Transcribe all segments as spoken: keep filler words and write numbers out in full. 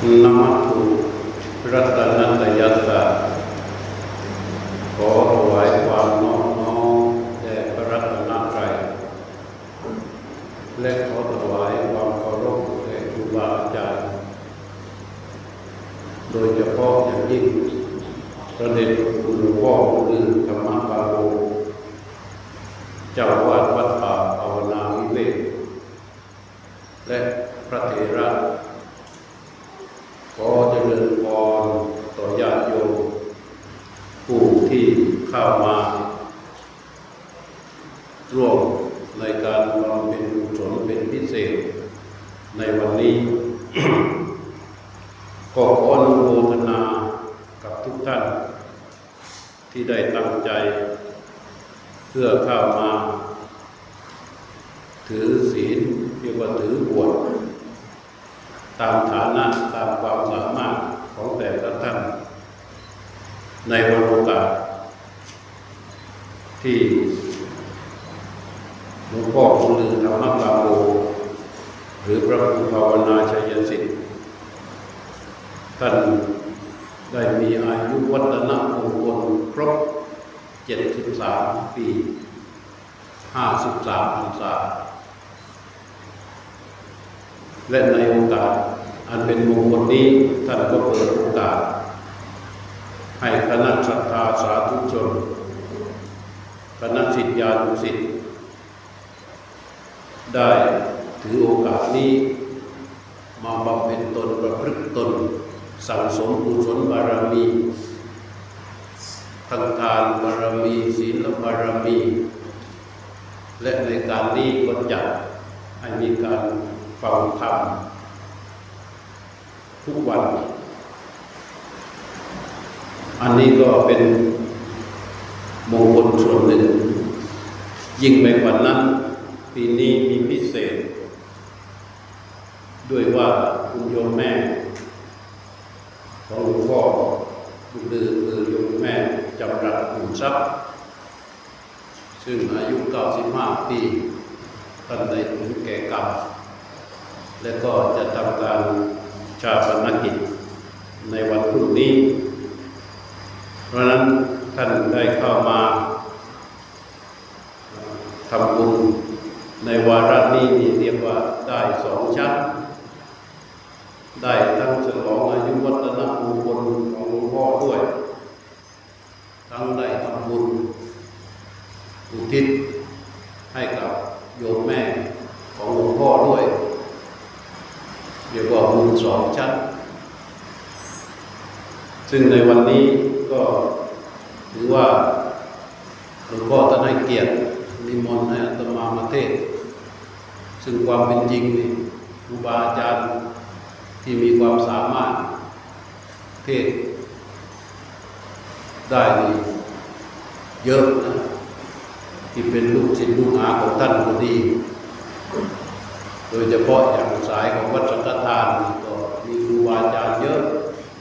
นะมัตถุรัตนัตยัสสะขอถวายความน้อมน้อมแด่พระรัตนตรัยและขอถวายความเคารพแด่ครูบาอาจารย์โดยเฉพาะอย่างยิ่งพระเดชพระคุณหลวงพ่อฤาษีธรรมปาโลเจ้าวาดวัดป่าภาวนาวิเวกและพระเถระขอเจริญพรต่อญาติโยมผู้ที่เข้ามาร่วมในการบำเพ็ญกุศลเป็นพิเศษในวันนี้ ก็ขออนุโมทนากับทุกท่านที่ได้ตั้งใจเพื่อเข้ามาถือศีลเรียกว่าถือบวชตามฐานะตามความสามารถของแต่ละท่านในวันโอกาสที่หลวงพ่อฤาษีธรรมปาโลหรือพระครูภาวนาชัยสิทธิ์ท่านได้มีอายุวัฒนะมงคลครบเจ็ดสิบสามปีห้าสิบสามพรรษาและในโอกาสอันเป็นมงคลนี้ท่านก็เปิดโอกาสให้คณะศรัทธาสาธุชนคณะศิษยานุศิษย์ได้ถือโอกาสนี้มาบำเพ็ญตนประพฤติตนสั่งสมกุศลบารมีทั้งทานบารมีศีลบารมีและในการนี้ก็จัดให้มีการฟังธรรมทุกวันอันนี้ก็เป็นมงคลส่วนหนึ่งยิ่งไปกว่านั้นปีนี้มีพิเศษด้วยว่าคุณโยมแม่ของหลวงพ่อคือคือโยมแม่จำรัดขุนทรัพย์ซึ่งอายุเก้าสิบห้าปีท่านได้ถึงแก่กรรมและก็จะทำการชาปนกิจในวันพรุ่งนี้เพราะนั้นท่านได้เข้ามาทำบุญในวาระนี้นี่เรียกว่าได้สองชั้นได้ทั้งฉลองอายุวัฒนะมงคลของหลวงพ่อด้วยทั้งได้ทำบุญอุทิศให้กับโยมแม่ของหลวงพ่อด้วยเรียกว่าบุญสองชั้นซึ่งในวันนี้ก็ถือว่าหลวงพ่อท่านให้เกียรตินิมนต์ให้อาตมามาเทศน์ซึ่งความเป็นจริงนี่ครูบาอาจารย์ที่มีความสามารถเทศน์ได้นี่เยอะนะที่เป็นลูกศิษย์ลูกหาของท่านก็ดีโดยเฉพาะอย่างสายของวัดสังฆทานก็มีครูบาอาจารย์เยอะ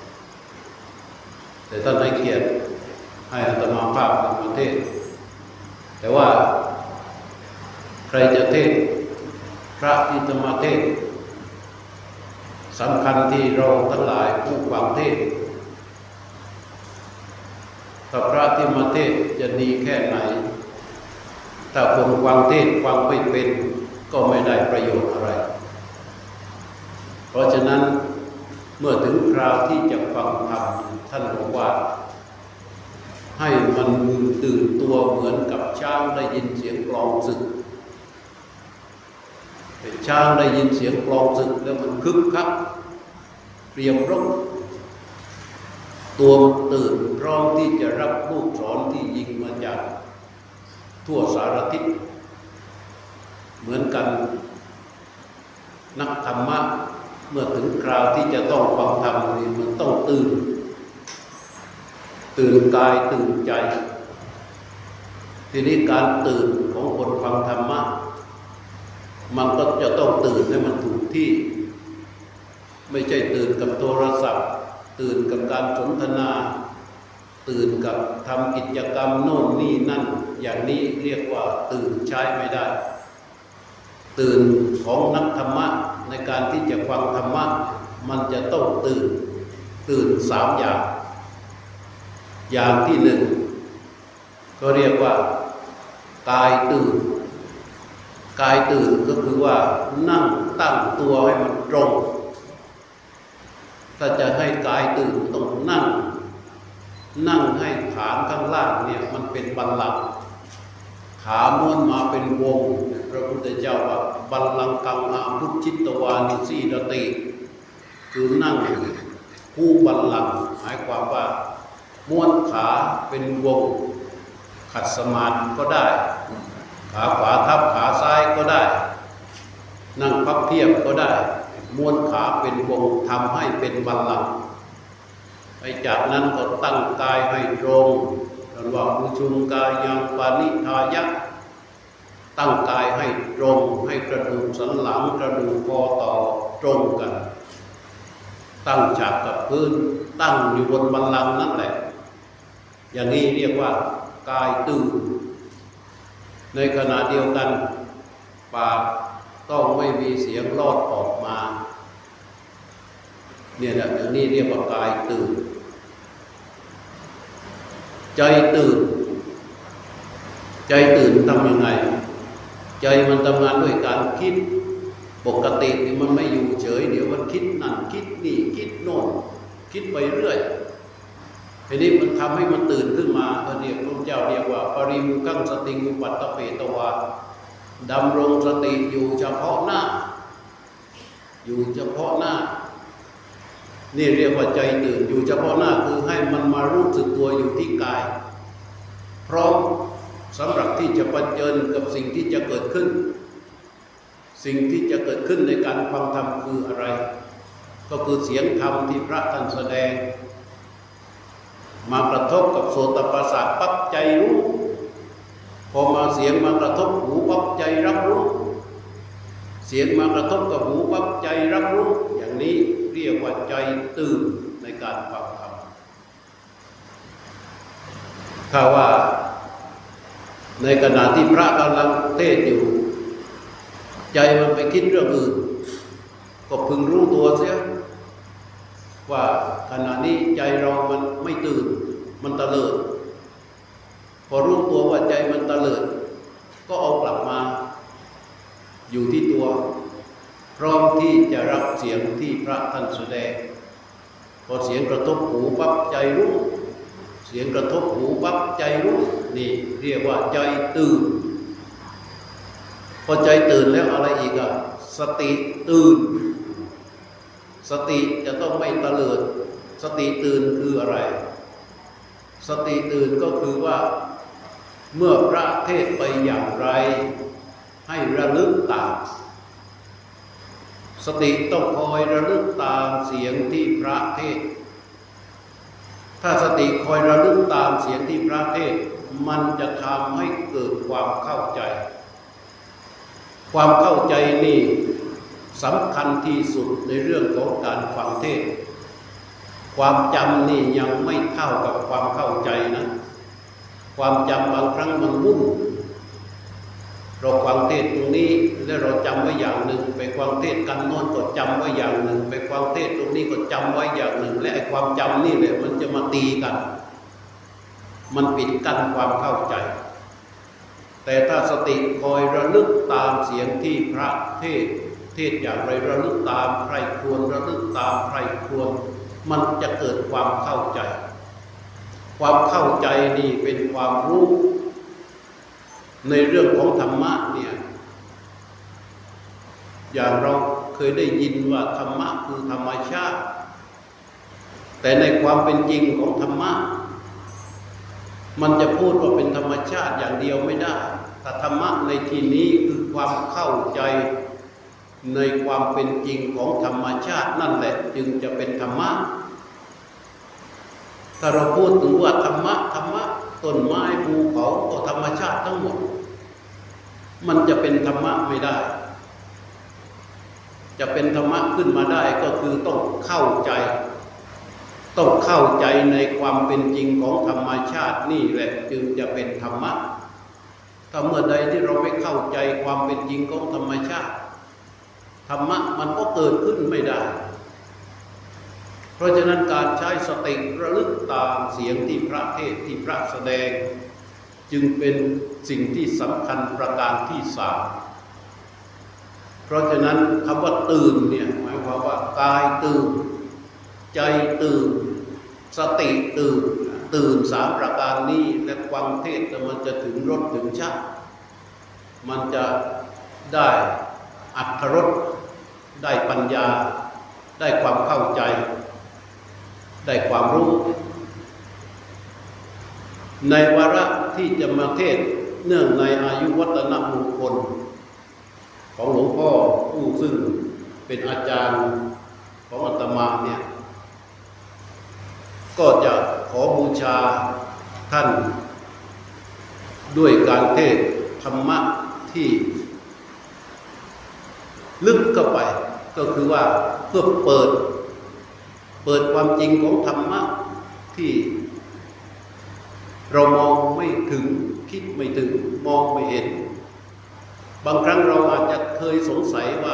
แต่ท่านให้เกียรติให้อาตมาภาพเป็นประเทศแต่ว่าใครจะเทศพระที่จะมาเทศสำคัญที่เราทั้งหลายผู้ฟังเทศถ้าพระที่มาเทศจะดีแค่ไหนถ้าคนฟังเทศฟังไม่เป็นก็ไม่ได้ประโยชน์อะไรเพราะฉะนั้นเมื่อถึงคราวที่จะฟังธรรมท่านบอกว่าให้มันตื่นตัวเหมือนกับช้างได้ยินเสียงกลองศึกช้างได้ยินเสียงกลองศึกแล้วมันคึกคักเตรียมรบตัวตื่นพร้อมที่จะรับลูกศรที่ยิงมาจากทั่วสารทิศเหมือนกันนักธรรมะเมื่อถึงคราวที่จะต้องฟังธรรมนี่มันต้องตื่นตื่นกายตื่นใจทีนี้การตื่นของคนฟังธรรมะมันก็จะต้องตื่นให้มันถูกที่ไม่ใช่ตื่นกับโทรศัพท์ตื่นกับการสนทนาตื่นกับทำกิจกรรมโน่นนี่นั่นอย่างนี้เรียกว่าตื่นใช้ไม่ได้ตื่นของนักธรรมะในการที่จะฟังธรรมะมันจะต้องตื่นตื่นสามอย่างอย่างที่หนึ่งก็เรียกว่ากายตื่นกายตื่นก็คือว่านั่งตั้งตัวให้มันตรงถ้าจะให้กายตื่นต้องนั่งนั่งให้ขาข้างล่างเนี่ยมันเป็นบัลลังก์ขาม้วนมาเป็นวงพระพุทธเจ้าว่าบัลลังกังอาพุชิตวานิสีดติคือนั่งคู่บัลลังก์หมายความว่าม้วนขาเป็นวงขัดสมาธิก็ได้ขาขวาทับขาซ้ายก็ได้นั่งพับเพียบก็ได้ม้วนขาเป็นวงทำให้เป็นบัลลังก์ไปจากนั้นก็ตั้งกายให้ตรงเรียกว่าอุชุมกายังปานิทายะตั้งกายให้ตรงให้กระดูกสันหลังกระดูกคอต่อตรงกันตั้งฉากกับพื้นตั้งอยู่บนบัลลังก์นั่นแหละอย่างนี้เรียกว่ากายตื่นในขณะเดียวกันปากต้องไม่มีเสียงลอดออกมาเนี่ยนะอย่างนี้เรียกว่ากายตื่นใจตื่นใจตื่นทำยังไงใจมันทำงานด้วยการคิดปกติมันไม่อยู่เฉยเดี๋ยวมันคิดนั่นคิดนี่คิดโน่นคิดไปเรื่อยทีนี้มันทำให้มันตื่นขึ้นมาก็เรียกพระเจ้าเรียกว่าปริมุขังสติงุปัตตเปตวาดำรงสติอยู่เฉพาะหน้าอยู่เฉพาะหน้านี่เรียกว่าใจตื่นอยู่เฉพาะหน้าคือให้มันมารู้สึกตัวอยู่ที่กายพร้อมสำหรับที่จะเผชิญกับสิ่งที่จะเกิดขึ้นสิ่งที่จะเกิดขึ้นในการฟังธรรมคืออะไรก็คือเสียงธรรมที่พระท่านแสดงมากระทบกับโสตประสาทปั๊บใจรู้พอมาเสียงมากระทบหูปั๊บใจรับรู้เสียงมากระทบกับหูปั๊บใจรับรู้อย่างนี้เรียกว่าใจตื่นในการฟังธรรมถ้าว่าในขณะที่พระกำลังเทศอยู่ใจมันไปคิดเรื่องอื่นก็พึงรู้ตัวเสียว่าขณะนี้ใจเรามันไม่ตื่นมันตะเลิดพอรู้ตัวว่าใจมันตะเลิดก็เอากลับมาอยู่ที่ตัวพร้อมที่จะรับเสียงที่พระท่านแสดงพอเสียงกระทบหูปั๊บใจรู้เสียงกระทบหูปั๊บใจรู้นี่เรียกว่าใจตื่นพอใจตื่นแล้วอะไรอีกอ่ะสติตื่นสติจะต้องไม่ตะเลิดสติตื่นคืออะไรสติตื่นก็คือว่าเมื่อพระเทศไปอย่างไรให้ระลึกตามสติต้องคอยระลึกตามเสียงที่พระเทศถ้าสติคอยระลึกตามเสียงที่พระเทศมันจะทำให้เกิดความเข้าใจความเข้าใจนี่สำคัญที่สุดในเรื่องของการฟังเทศความจำนี่ยังไม่เท่ากับความเข้าใจนะความจำบางครั้งมันวุ่นเราฟังเทศตรงนี้แล้วเราจำไว้อย่างหนึ่งไปฟังเทศกันโน้นก็จำไว้อย่างหนึ่งไปฟังเทศตรงนี้ก็จำไว้อย่างหนึ่งและไอ้ความจำนี่แหละมันจะมาตีกันมันปิดกั้นความเข้าใจแต่ถ้าสติคอยระลึกตามเสียงที่พระเทศเทศอย่างไรระลึกตามใครควรระลึกตามใครควรมันจะเกิดความเข้าใจความเข้าใจนี่เป็นความรู้ในเรื่องของธรรมะเนี่ยอย่างเราเคยได้ยินว่าธรรมะคือธรรมชาติแต่ในความเป็นจริงของธรรมะมันจะพูดว่าเป็นธรรมชาติอย่างเดียวไม่ได้แต่ธรรมะในที่นี้คือความเข้าใจในความเป็นจริงของธรรมชาตินั่นแหละจึงจะเป็นธรรมะถ้าเราพูดถึงว่าธรรมะธรรมะต้นไม้ภูเขาก็ธรรมชาติทั้งหมดมันจะเป็นธรรมะไม่ได้จะเป็นธรรมะขึ้นมาได้ก็คือต้องเข้าใจต้องเข้าใจในความเป็นจริงของธรรมชาตินี่แหละจึงจะเป็นธรรมะถ้าเมื่อใดที่เราไม่เข้าใจความเป็นจริงของธรรมชาติธรรมะมันก็เกิดขึ้นไม่ได้ราะฉะนั้นการใช้สติระลึกตามเสียงที่พระเทศน์ที่พระแสดงจึงเป็นสิ่งที่สำคัญประการที่สามเพราะฉะนั้นคำว่าตื่นเนี่ยหมายความว่ากายตื่นใจตื่นสติตื่นตื่นสามประการนี้และฟังเทศน์มันจะถึงรสถึงชาติมันจะได้อรรถรสได้ปัญญาได้ความเข้าใจได้ความรู้ในวาระที่จะมาเทศน์เนื่องในอายุวัฒนมงคลของหลวงพ่อผู้ซึ่งเป็นอาจารย์ของอาตมาเนี่ยก็จะขอบูชาท่านด้วยการเทศน์ธรรมะที่ลึกเข้าไปก็คือว่าเพื่อเปิดเปิดความจริงของธรรมะที่เรามองไม่ถึงคิดไม่ถึงมองไม่เห็นบางครั้งเราอาจจะเคยสงสัยว่า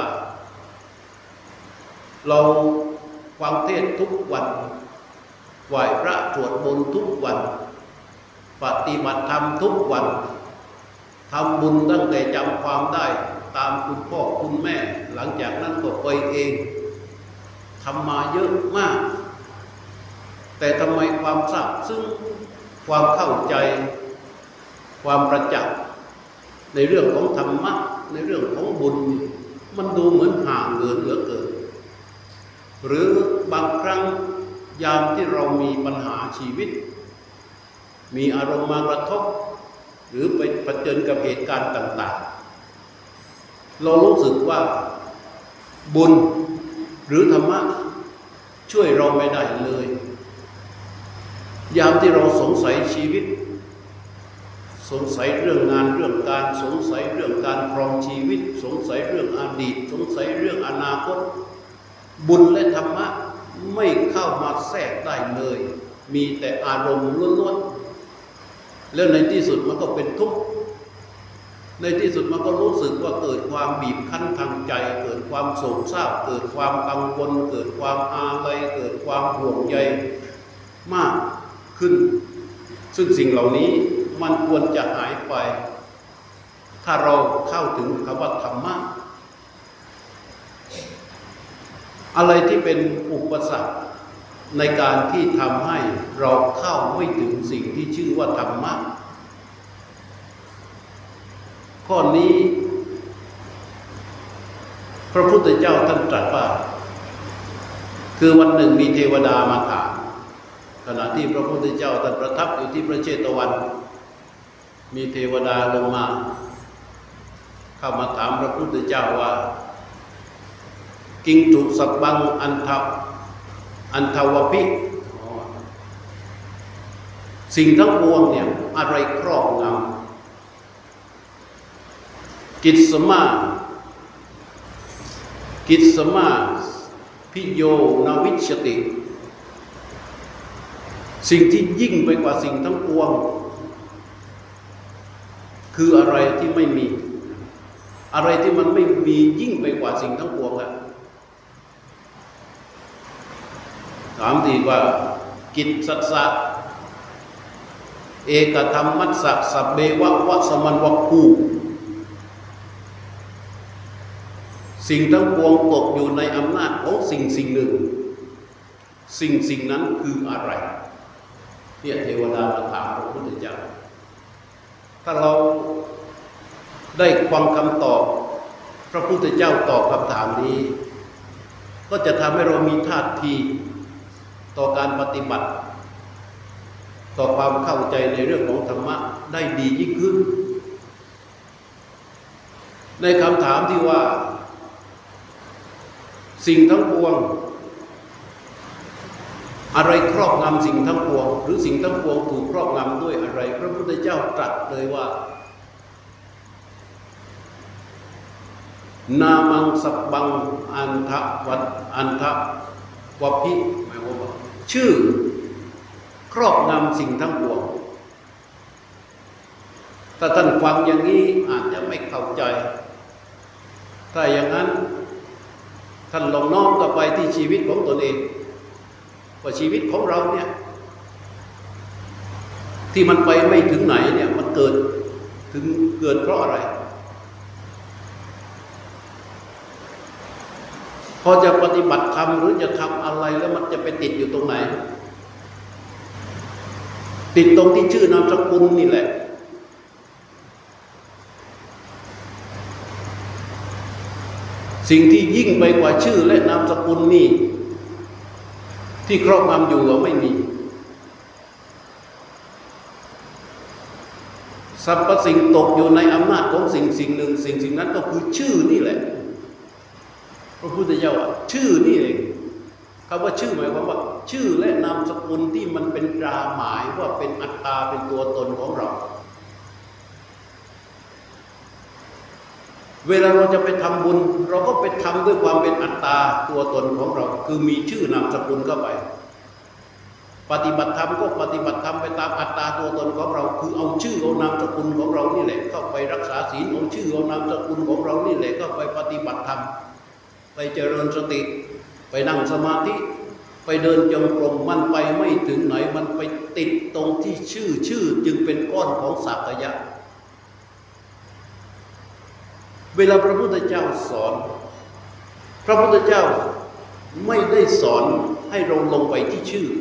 เราฟังเทศน์ทุกวันไหว้พระสวดมนต์ทุกวันปฏิบัติธรรมทุกวันทำบุญตั้งแต่จำความได้ตามคุณพ่อคุณแม่หลังจากนั้นก็ไปเองทำมาเยอะมากแต่ทำไมความทราบซึ้งความเข้าใจความประจักษ์ในเรื่องของธรรมะในเรื่องของบุญมันดูเหมือนห่างเหินเหลือเกินหรือบางครั้งยามที่เรามีปัญหาชีวิตมีอารมณ์มากระทบหรือไปเผชิญกับเหตุการณ์ต่างๆเรารู้สึกว่าบุญหรือธรรมะช่วยเราไม่ได้เลยยามที่เราสงสัยชีวิตสงสัยเรื่องงานเรื่องการสงสัยเรื่องการครองชีวิตสงสัยเรื่องอดีตสงสัยเรื่องอนาคตบุญและธรรมะไม่เข้ามาแทรกได้เลยมีแต่อารมณ์ล้วนๆแล้วในที่สุดมันก็เป็นทุกข์ในที่สุดมันก็รู้สึกว่าเกิดความบีบคั้นทางใจเกิดความโศกเศร้าเกิดความกังวลเกิดความอาลัยเกิดความห่วงใยมากขึ้นซึ่งสิ่งเหล่านี้มันควรจะหายไปถ้าเราเข้าถึงคำว่าธรรมะอะไรที่เป็นอุปสรรคในการที่ทำให้เราเข้าไม่ถึงสิ่งที่ชื่อว่าธรรมะข้อนี้พระพุทธเจ้าท่านตรัสว่าคือวันหนึ่งมีเทวดามาถามขณะที่พระพุทธเจ้าท่านประทับอยู่ที่พระเชตวันมีเทวดาลงมาเข้ามาถามพระพุทธเจ้าว่ากิงจุสัพพังอันทะอันทวพิสิ่งทั้งปวงเนี่ยอะไรครอบงำกิจสมากิจสมาพิโยนาวิชติสิ่งที่ยิ่งไปกว่าสิ่งทั้งปวงคืออะไรที่ไม่มีอะไรที่มันไม่มียิ่งไปกว่าสิ่งทั้งปวงอะถามดีว่ากิจสัสสะเอกธรรมมัสสะสัพเบวะวะสมันวะคูสิ่งทั้งปวงตกอยู่ในอำนาจของสิ่งสิ่งหนึ่งสิ่งสิ่งนั้นคืออะไรเนี่ยเทวดามาถามพระพุทธเจ้าถ้าเราได้ฟังคำตอบพระพุทธเจ้าตอบคำถามนี้ก็จะทำให้เรามีท่าทีต่อการปฏิบัติต่อความเข้าใจในเรื่องของธรรมะได้ดียิ่งขึ้นในคำถามที่ว่าสิ่งทั้งปวงอะไรครอบงำสิ่งทั้งปวงหรือสิ่งทั้งปวงถูกครอบงำด้วยอะไรพระพุทธเจ้าตรัสเลยว่านามังสัพบังอันทะวัตอันทะวะพิหมายว่าชื่อครอบงำสิ่งทั้งปวงถ้าท่านฟังอย่างนี้อาจจะไม่เข้าใจถ้าอย่างนั้นท่านลองน้อมกลับไปที่ชีวิตของตนเองว่าชีวิตของเราเนี่ยที่มันไปไม่ถึงไหนเนี่ยมันเกิดถึงเกิดเพราะอะไรพอจะปฏิบัติธรรมหรือจะทำอะไรแล้วมันจะไปติดอยู่ตรงไหนติดตรงที่ชื่อนามสกุลนี่แหละสิ่งที่ยิ่งไปกว่าชื่อและนามสกุลนี่ที่ครอบงำอยู่เราไม่มีสรรพสิ่งตกอยู่ในอำนาจของสิ่งสิ่งหนึ่งสิ่งสิ่งนั้นก็คือชื่อนี่แหละพระพุทธเจ้าชื่อนี่เองคำว่าชื่อหมายความว่าชื่อและนามสกุลที่มันเป็นตราหมายว่าเป็นอัตตาเป็นตัวตนของเราเวลาเราจะไปทำบุญเราก็ไปทำด้วยความเป็นอัตตาตัวตนของเราคือมีชื่อนามสกุลเข้าไปปฏิบัติธรรมก็ปฏิบัติธรรมไปตามอัตตาตัวตนของเราคือเอาชื่อเอานามสกุลของเรานี่แหละเข้าไปรักษาศีลเอาชื่อเอานามสกุลของเรานี่แหละเข้าไปปฏิบัติธรรมไปเจริญสติไปนั่งสมาธิไปเดินจงกรมมันไปไม่ถึงไหนมันไปติดตรงที่ชื่อชื่อจึงเป็นก้อนของสักยะเวลาพระพุทธเจ้าสอนพระพุทธเจ้าไม่ได้สอนให้เราลงไปที่ชื่อ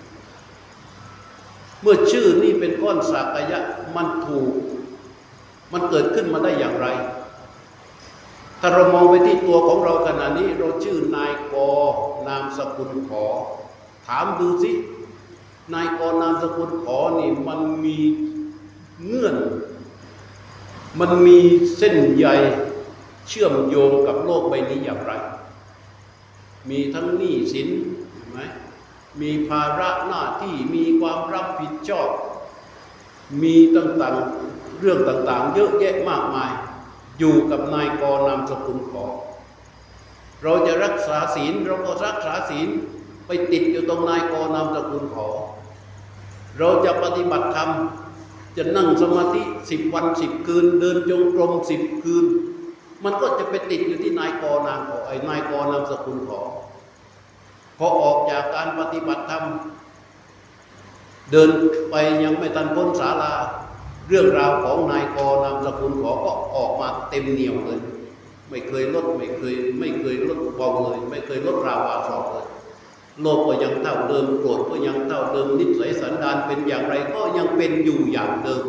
เมื่อชื่อนี่เป็นก้อนสักยะมันถูกมันเกิดขึ้นมาได้อย่างไรถ้าเรามองไปที่ตัวของเราขณะนี้เราชื่อนายกนามสกุลขอถามดูสินายกนามสกุลขอนี่มันมีเงื่อนมันมีเส้นใยเชื่อมโยงกับโลกใบนี้อย่างไรมีทั้งหนี้สินเห็นไหมมีภาระหน้าที่มีความรับผิดชอบมีต่างๆเรื่องต่างๆเยอะแยะมากมายอยู่กับนายกนามสกุลขอเราจะรักษาศีลเราก็รักษาศีลไปติดอยู่ตรงนายกนามสกุลขอเราจะปฏิบัติธรรมจะนั่งสมาธิสิบวันสิบคืนเดินจงกรมสิบคืนมันก็จะไปติดอยู่ที่นายกนามขอไอ้นายกนามสกุลขอพอออกจากการปฏิบัติธรรมเดินไปยังไม่ทันพ้นศาลาเรื่องราวของนายกนามสกุลขอก็ออกมาเต็มเหนียวเลยไม่เคยลดไม่เคยไม่เคยลดเบาเลยไม่เคยลดราวาสอกเลยโลภก็ยังเท่าเดิมโกรธก็ยังเท่าเดิมนิสัยสันดานเป็นอย่างไรก็ยังเป็นอยู่อย่างเดิม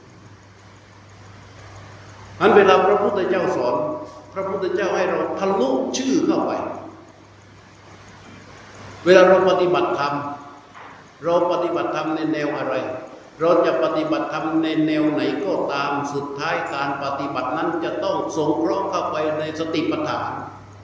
อันเวลาพระพุทธเจ้าสอนพระพุทธเจ้าให้เราทะลุชื่อเข้าไปเวลาเราปฏิบัติธรรมเราปฏิบัติธรรมในแนวอะไรเราจะปฏิบัติธรรมในแนวไหนก็ตามสุดท้ายการปฏิบัตินั้นจะต้องสงเคราะห์เข้าไปในสติปัฏฐาน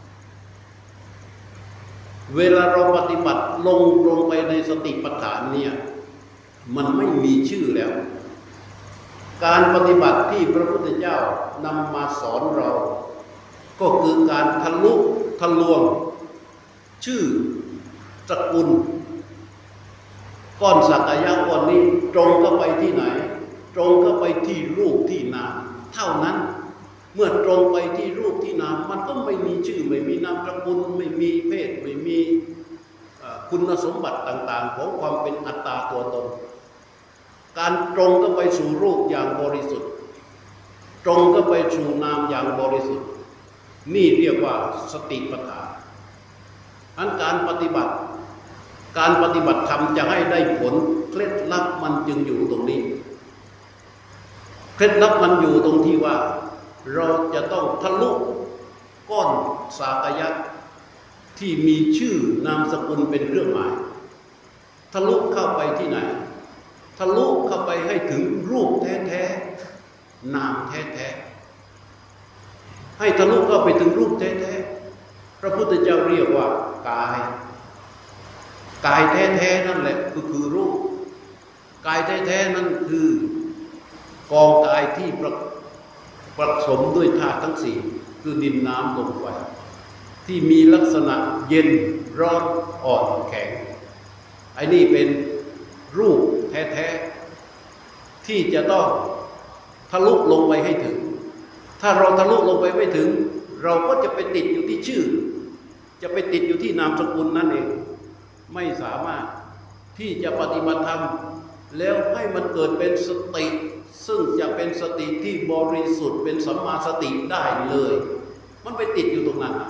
เวลาเราปฏิบัติลงลงไปในสติปัฏฐานเนี่ยมันไม่มีชื่อแล้วการปฏิบัติที่พระพุทธเจ้านำมาสอนเราก็คือการทะลุทะลวงชื่อสกุลก้อนสักยะก้อนนี้ตรงเข้าไปที่ไหนตรงเข้าไปที่รูปที่นามเท่านั้นเมื่อตรงไปที่รูปที่นามมันก็ไม่มีชื่อไม่มีนามสกุลไม่มีเพศไม่มีคุณสมบัติต่างๆของความเป็นอัตตาตัวตนการตรงเข้าไปสู่รูปอย่างบริสุทธิ์ตรงเข้าไปสู่นามอย่างบริสุทธิ์นี่เรียกว่าสติปัฏฐานอันการปฏิบัติการปฏิบัติธรรมจะให้ได้ผลเคล็ดลับมันจึงอยู่ตรงนี้เคล็ดลับมันอยู่ตรงที่ว่าเราจะต้องทะลุก้อนสากยะที่มีชื่อนามสกุลเป็นเครื่องหมายทะลุเข้าไปที่ไหนทะลุเข้าไปให้ถึงรูปแท้ๆนามแท้ๆให้ทะลุเข้าไปถึงรูปแท้ๆพระพุทธเจ้าเรียกว่ากายกายแท้ๆนั่นแหละก็คือรูปกายแท้ๆนั่นคือกองกายที่ประผสมด้วยธาตุทั้งสี่คือดินน้ำลมไฟที่มีลักษณะเย็นร้อนอ่อนแข็งไอ้นี่เป็นรูปแท้ๆที่จะต้องทะลุลงไปให้ถึงถ้าเราทะลุลงไปไม่ถึงเราก็จะไปติดอยู่ที่ชื่อจะไปติดอยู่ที่นามสกุลนั่นเองไม่สามารถที่จะปฏิบัติธรรมแล้วให้มันเกิดเป็นสติซึ่งจะเป็นสติที่บริสุทธิ์เป็นสัมมาสติได้เลยมันไปติดอยู่ตรงนั้น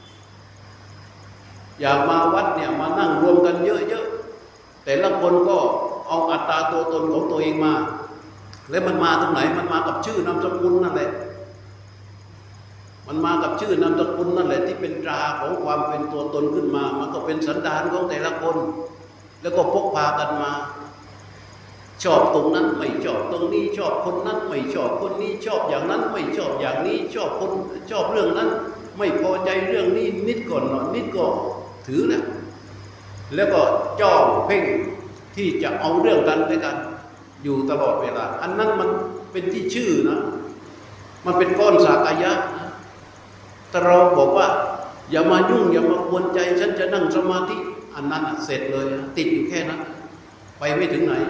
อยากมาวัดเนี่ยมานั่งรวมกันเยอะๆแต่ละคนก็เอาอัตตาตัวตนของตัวเองมาแล้วมันมาตรงไหนมันมากับชื่อนามสกุลนั่นแหละมันมากับชื่อนามสกุลนั่นแหละที่เป็นตราของความเป็นตัวตนขึ้นมามันก็เป็นสันดานของแต่ละคนแล้วก็พกพากันมาชอบตรงนั้นไม่ชอบตรงนี้ชอบคนนั้นไม่ชอบคนนี้ชอบอย่างนั้นไม่ชอบอย่างนี้ชอบคนชอบเรื่องนั้นไม่พอใจเรื่องนี้นิดก่อนหน่อยนิดก็ถือนะแล้วก็จ้องเพ่งที่จะเอาเรื่องกันด้วยกันอยู่ตลอดเวลาอันนั้นมันเป็นที่ชื่อนะมันเป็นก้อนสากายะนะแต่เราบอกว่าอย่ามายุ่งอย่ามากวนใจฉันจะนั่งสมาธิอันนั้นเสร็จเลยติดอยู่แค่นั้นไปไม่ถึงไหน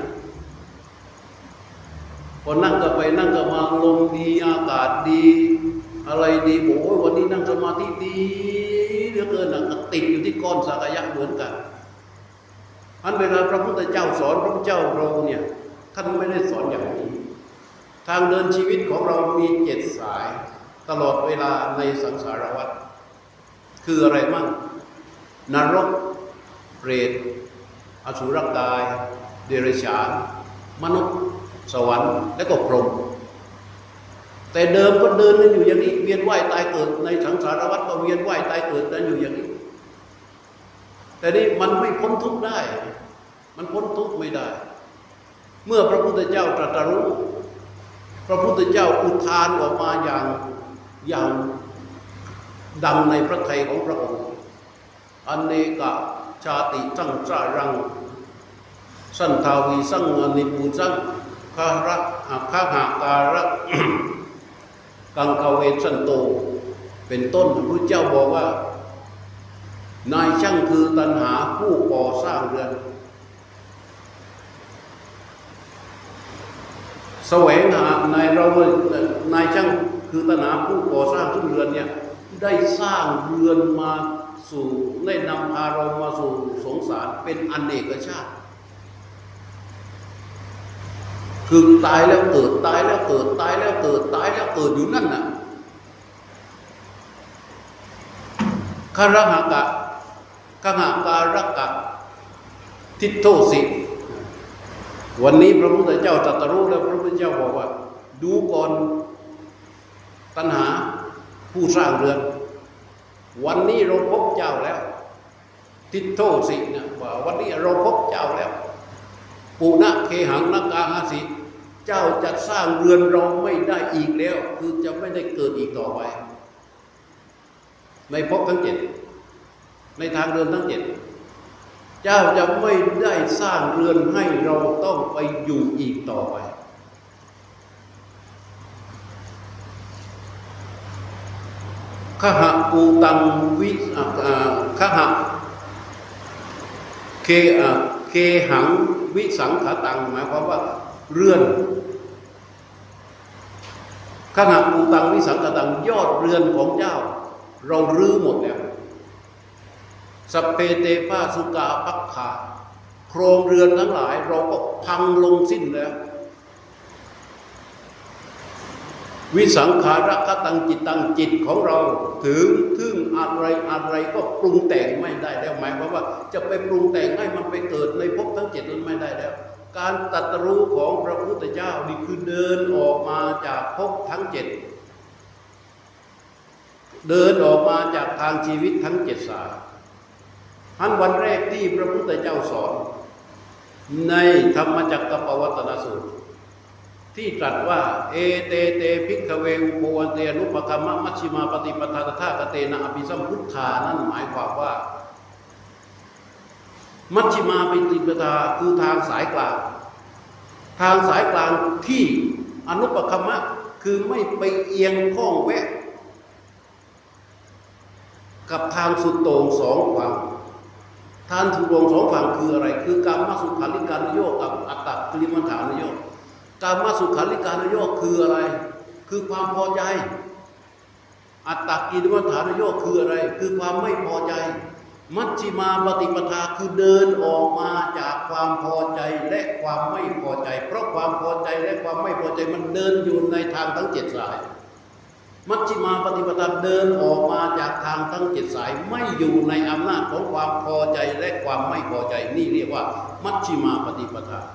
พอนั่งก็ไปนั่งก็มาลมดีอากาศดีอะไรดีโอ้ยวันนี้นั่งสมาธิดีเหลือเกินนะติดอยู่ที่ก้อนสากายะเหมือนกันอันเวลาพระพุทธเจ้าสอนพระพุทธเจ้าเราเนี่ยท่านไม่ได้สอนอย่างนี้ทางเดินชีวิตของเรามีเจ็ดสายตลอดเวลาในสังสารวัฏคืออะไรมั่งนรกเปรตอสุรกายเดรัจฉานมนุษย์สวรรค์และก็พรหมแต่เดิมก็เดินกันอยู่อย่างนี้เวียนว่ายตายเกิดในสังสารวัฏก็เวียนว่ายตายเกิดกันอยู่อย่างนี้แต่นี่มันไม่พ้นทุกข์ได้มันพ้นทุกข์ไม่ได้เมื่อพระพุทธเจ้าตรัสรู้พระพุทธเจ้าอุทานออกมาอย่างอย่างดังในพระทัยของพระองค์อเนกชาติสังสารังสันทาวีสังอนิปุสังคาระอาคาหาการะ กังคเวสันโตเป็นต้นพระพุทธเจ้าบอกว่านายช่างคือตัณหาผู้ก่อสร้างเรือนแสวงหานายเรานายช่างคือตัณหาผู้ก่อสร้างซึ่งเรือนเนี่ยได้สร้างเรือนมาสู่ได้นำอารมณ์มาสู่สงสารเป็นอเนกชาติคือตายแล้วเกิดตายแล้วเกิดตายแล้วเกิดตายแล้วเกิดอยู่นั่นน่ะคารหกะคหการกะทิฏโทสิวันนี้พระพุทธเจ้าตรัสรู้แล้วพระพุทธเจ้าบอกว่าดูก่อนตัณหาผู้สร้างเรือนวันนี้เราพบเจ้าแล้วทิฏโทสิเนี่ยว่าวันนี้เราพบเจ้าแล้วปุณะเคหังนกาหาสิเจ้าจะสร้างเรือนเราไม่ได้อีกแล้วคือจะไม่ได้เกิดอีกต่อไปในภพทั้งเจ็ดในทางเรือนทั้งเจ็ดเจ้าจะไม่ได้สร้างเรือนให้เราต้องไปอยู่อีกต่อไปขหะปูตังวิขหะเคเคหังวิสังขตังหมายความว่าเรือนขณะปูตังวิสังขตังยอดเรือนของเจ้าเรารื้อหมดแล้วสัพเพเตปาสุกาปักขาโครงเรือนทั้งหลายเราก็พังลงสิ้นแล้ววิสังขารคตังจิตตังจิตของเราถึงถึงอะไรอะไรก็ปรุงแต่งไม่ได้แล้วหมายความว่าจะไปปรุงแต่งให้มันไปเกิดในภพทั้งเจ็ดนั้นไม่ได้แล้วการตรัสรู้ของพระพุทธเจ้านี่คือเดินออกมาจากภพทั้งเจ็ดเดินออกมาจากทางชีวิตทั้งเจ็ดสายอันวันแรกที่พระพุทธเจ้าสอนในธรรมจักรปวัตตนสูตรที่ตรัสว่าเอเตเตภิกขเวอุโภวันเตอนุปคัมมะมัชฌิมาปฏิปทาตถาคเตนะอภิสัมพุทธานั้นหมายความว่ามัชฌิมาปฏิปทาคือทางสายกลางทางสายกลางที่อนุปคัมมะคือไม่ไปเอียงข้องแวะกับทางสุดโต่งสองฝั่งทางสุดโต่งสองฝั่งคืออะไรคือกามสุขาริการุโยคกับอัตตกิลมัฏฐานุโยคกามสุขาริการุโยคคืออะไรคือความพอใจอัตตกิลมัฏฐานุโยคคืออะไรคือความไม่พอใจมัชฌิมาปฏิปทาคือเดินออกมาจากความพอใจและความไม่พอใจเพราะความพอใจและความไม่พอใจมันเดินอยู่ในทางทั้งเจ็ดสายมัชฌิมาปฏิปทาเดินออกมาจากทางทั้งเจ็ดสายไม่อยู่ในอำนาจของความพอใจและความไม่พอใจนี่เรียกว่ามัชฌิมาปฏิปทา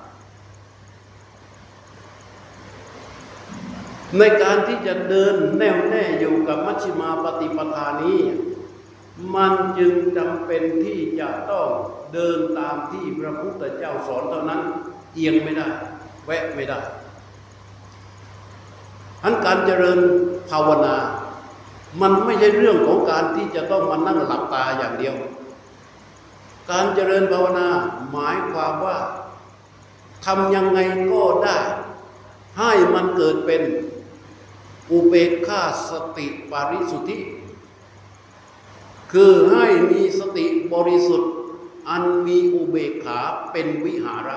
ในการที่จะเดินแน่วแน่อยู่กับมัชฌิมาปฏิปทานี้มันจึงจำเป็นที่จะต้องเดินตามที่พระพุทธเจ้าสอนเท่านั้นเอียงไม่ได้แวะไม่ได้อันการเจริญภาวนามันไม่ใช่เรื่องของการที่จะต้องมานั่งหลับตาอย่างเดียวการเจริญภาวนาหมายความว่าทำยังไงก็ได้ให้มันเกิดเป็นอุเบกขาสติปาริสุทธิคือให้มีสติบริสุทธิ์อันมีอุเบกขาเป็นวิหาระ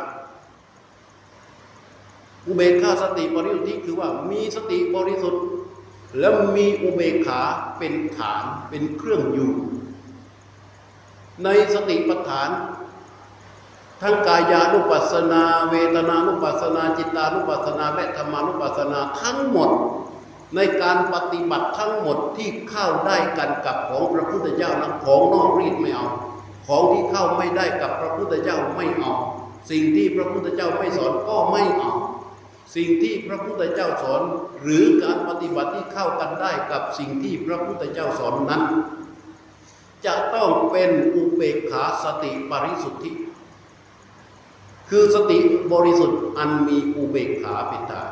อุเบกขาสติบริสุทธิคือว่ามีสติบริสุทธิ์แล้วมีอุเบกขาเป็นฐานเป็นเครื่องอยู่ในสติปัฏฐานทั้งกายานุปัสสนาเวทนานุปัสสนาจิตานุปัสสนาและธรรมานุปัสสนาทั้งหมดในการปฏิบัติทั้งหมดที่เข้าได้กันกับของพระพุทธเจ้านะของนอกรีดไม่เอาของที่เข้าไม่ได้กับพระพุทธเจ้าไม่เอาสิ่งที่พระพุทธเจ้าไม่สอนก็ไม่เอาสิ่งที่พระพุทธเจ้าสอนหรือการปฏิบัติที่เข้ากันได้กับสิ่งที่พระพุทธเจ้าสอนนั้นจะต้องเป็นอุเบกขาสติปริสุทธิคือสติบริสุทธิ์อันมีอุเบกขาเป็นฐาน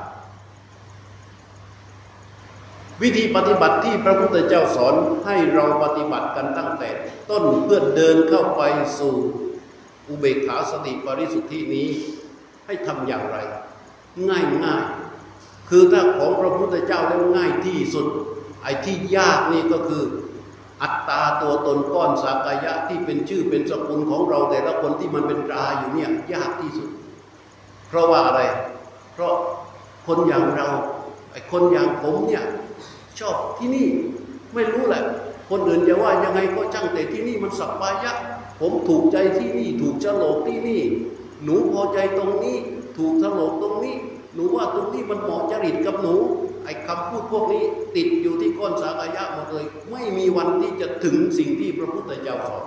วิธีปฏิบัติที่พระพุทธเจ้าสอนให้เราปฏิบัติกันตั้งแต่ต้นเพื่อเดินเข้าไปสู่อุเบกขาสติปริสุทธินี้ให้ทำอย่างไรง่ายง่ายคือถ้าของพระพุทธเจ้าแล้วง่ายที่สุดไอ้ที่ยากนี่ก็คืออัตตาตัวตนก้อนสากายะที่เป็นชื่อเป็นสกุลของเราแต่ละคนที่มันเป็นตราอยู่เนี่ยยากที่สุดเพราะว่าอะไรเพราะคนอย่างเราไอ้คนอย่างผมเนี่ยชอบที่นี่ไม่รู้แหละคนอื่นจะว่ายังไงก็ช่างแต่ที่นี่มันสัปปายะผมถูกใจที่นี่ถูกโฉลกที่นี่หนูพอใจตรงนี้ถูกโฉลกตรงนี้หนูว่าตรงนี้มันเหมาะจริตกับหนูไอ้คำพูดพวกนี้ติดอยู่ที่ก้นสากายะหมดเลยไม่มีวันที่จะถึงสิ่งที่พระพุทธเจ้าสอน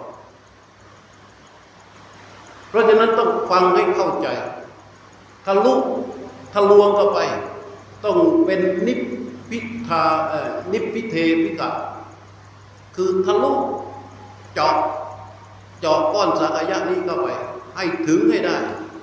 เพราะฉะนั้นต้องฟังให้เข้าใจทะลุทะลวงเข้าไปต้องเป็นนิพพิทาเอ่อนิพพิเทวิกะคือทะลุเจาะเจาะก้อนสากายะนี้เข้าไปให้ถึงให้ได้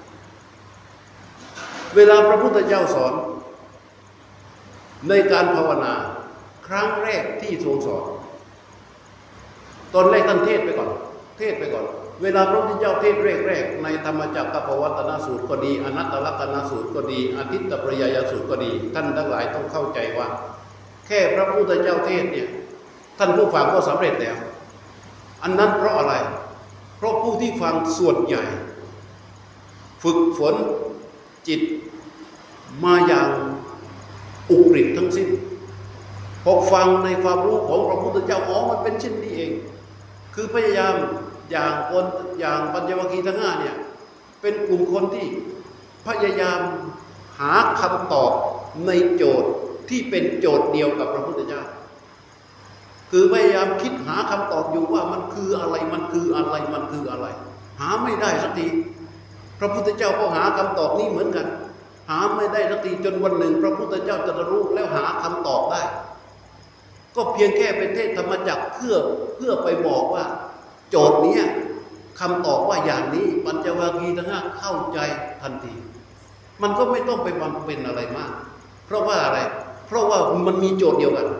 เวลาพระพุทธเจ้าสอนในการภาวนาครั้งแรกที่ทรงสอนตอนแรกท่านเทศไปก่อนเทศไปก่อนเวลาพระพุทธเจ้าเทศแรกๆในธรรมจักรปวัตตนสูตรก็ดีอนัตตลักษณสูตรก็ดีอทิตตปริยายสูตรก็ดีท่านทั้งหลายต้องเข้าใจว่าแค่พระพุทธเจ้าเทศเนี่ยท่านผู้ฟังก็สำเร็จแล้วอันนั้นเพราะอะไรเพราะผู้ที่ฟังส่วนใหญ่ฝึกฝนจิตมาอย่างอุกฤษทั้งสิ้นพอฟังในความรู้ของพระพุทธเจ้าอ๋อมันเป็นเช่นนี้เองคือพยายามอย่างคนอย่างปัญจวัคคีย์ทั้งห้าเนี่ยเป็นกลุ่มคนที่พยายามหาคำตอบในโจทย์ที่เป็นโจทย์เดียวกับพระพุทธเจ้าคือพยายามคิดหาคำตอบอยู่ว่ามันคืออะไรมันคืออะไรมันคืออะไรหาไม่ได้สักทีพระพุทธเจ้าก็หาคำตอบนี้เหมือนกันหาไม่ได้สักทีจนวันหนึ่งพระพุทธเจ้าตรัสรู้แล้วหาคำตอบได้ก็เพียงแค่เป็นเทศธรรมจักรเพื่อเพื่อไปบอกว่าโจทย์นี้คำตอบว่าอย่างนี้ปัญจวัคคีย์ทั้งห้าเข้าใจทันทีมันก็ไม่ต้องไปบำเพ็ญอะไรมากเพราะว่าอะไรเพราะว่ามันมีโจทย์เดียวกัน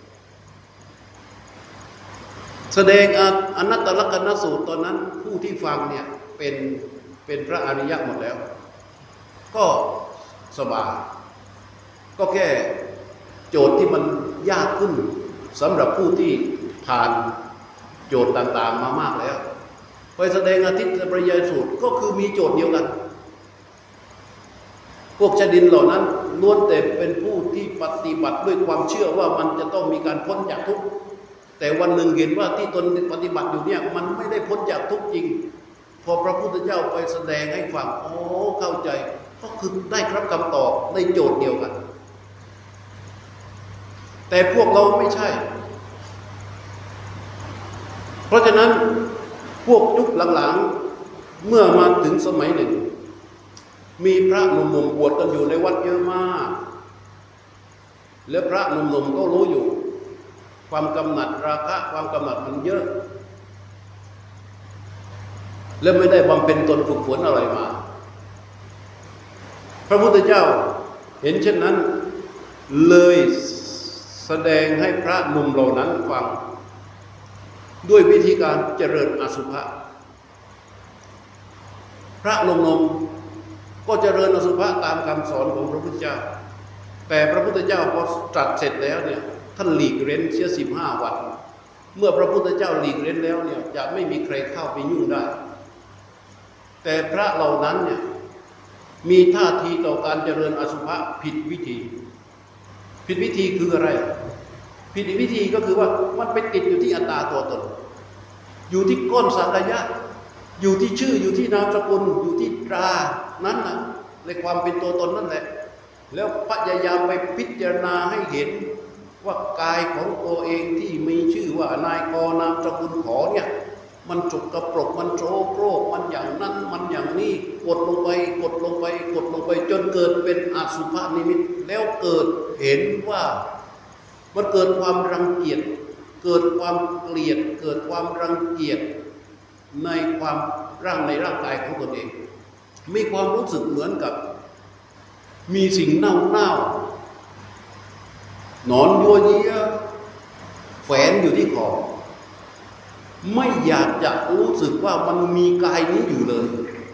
แสดงอนัตตลักษณสูตรตอนนั้นผู้ที่ฟังเนี่ยเป็นเป็นพระอริยะหมดแล้วก็สบายก็แค่โจทย์ที่มันยากขึ้นสำหรับผู้ที่ผ่านโจทย์ต่างๆมามากแล้วไปแสดงอทิตตปริยายสูตรก็คือมีโจทย์เดียวกันพวกชดินเหล่านั้นล้วนแต่เป็นผู้ที่ปฏิบัติด้วยความเชื่อว่ามันจะต้องมีการพ้นจากทุกข์แต่วันหนึ่งเห็นว่าที่ตนปฏิบัติอยู่เนี่ยมันไม่ได้พ้นจากทุกข์จริงพอพระพุทธเจ้าไปแสดงให้ฟังโอ้เข้าใจก็คือได้ครับคำตอบในโจทย์เดียวกันแต่พวกเราไม่ใช่เพราะฉะนั้นพวกยุคหลังๆเมื่อมาถึงสมัยหนึ่งมีพระหนุ่มๆบวชกันอยู่ในวัดเยอะมากและพระหนุ่มๆก็รู้อยู่ความกำหนัดราคะความกำหนัดมันเยอะและไม่ได้บำเพ็ญตนฝึกฝนอะไรมาพระพุทธเจ้าเห็นเช่นนั้นเลยแสดงให้พระหนุ่มเหล่านั้นฟังด้วยวิธีการเจริญอสุภะพระหนุ่มๆก็เจริญอสุภะตามคำสอนของพระพุทธเจ้าแต่พระพุทธเจ้าพอตรัสเสร็จแล้วเนี่ยท่านหลีกเร้นเสียสิบห้าวันเมื่อพระพุทธเจ้าหลีกเร้นแล้วเนี่ยจะไม่มีใครเข้าไปยุ่งได้แต่พระเหล่านั้นเนี่ยมีท่าทีต่อการเจริญอสุภะผิดวิธีผิดวิธีคืออะไรผิดวิธีก็คือว่ามันไปติดอยู่ที่อัตตาตัวตนอยู่ที่ก้นสังขยะอยู่ที่ชื่ออยู่ที่นามสกุลอยู่ที่ตรานั้นนะในความเป็นตัวตนนั่นแหละแล้วพยายามไปพิจารณาให้เห็นว่ากายของตัวเองที่มีชื่อว่านายกนามสกุลขอเนี่ยมันจุกกระปรกมันโจโครกมันอย่างนั้นมันอย่างนี้กดลงไปกดลงไปกดลงไปจนเกิดเป็นอสุภนิมิตแล้วเกิดเห็นว่ามันเกิดความรังเกียจเกิดความเกลียดเกิดความรังเกียจในความร่างในร่างกายของตนเองมีความรู้สึกเหมือนกับมีสิ่งเน่าเน่าหนอนยัวเยียแฝงอยู่ที่คอไม่อยากจะรู้สึกว่ามันมีกายนี้อยู่เลย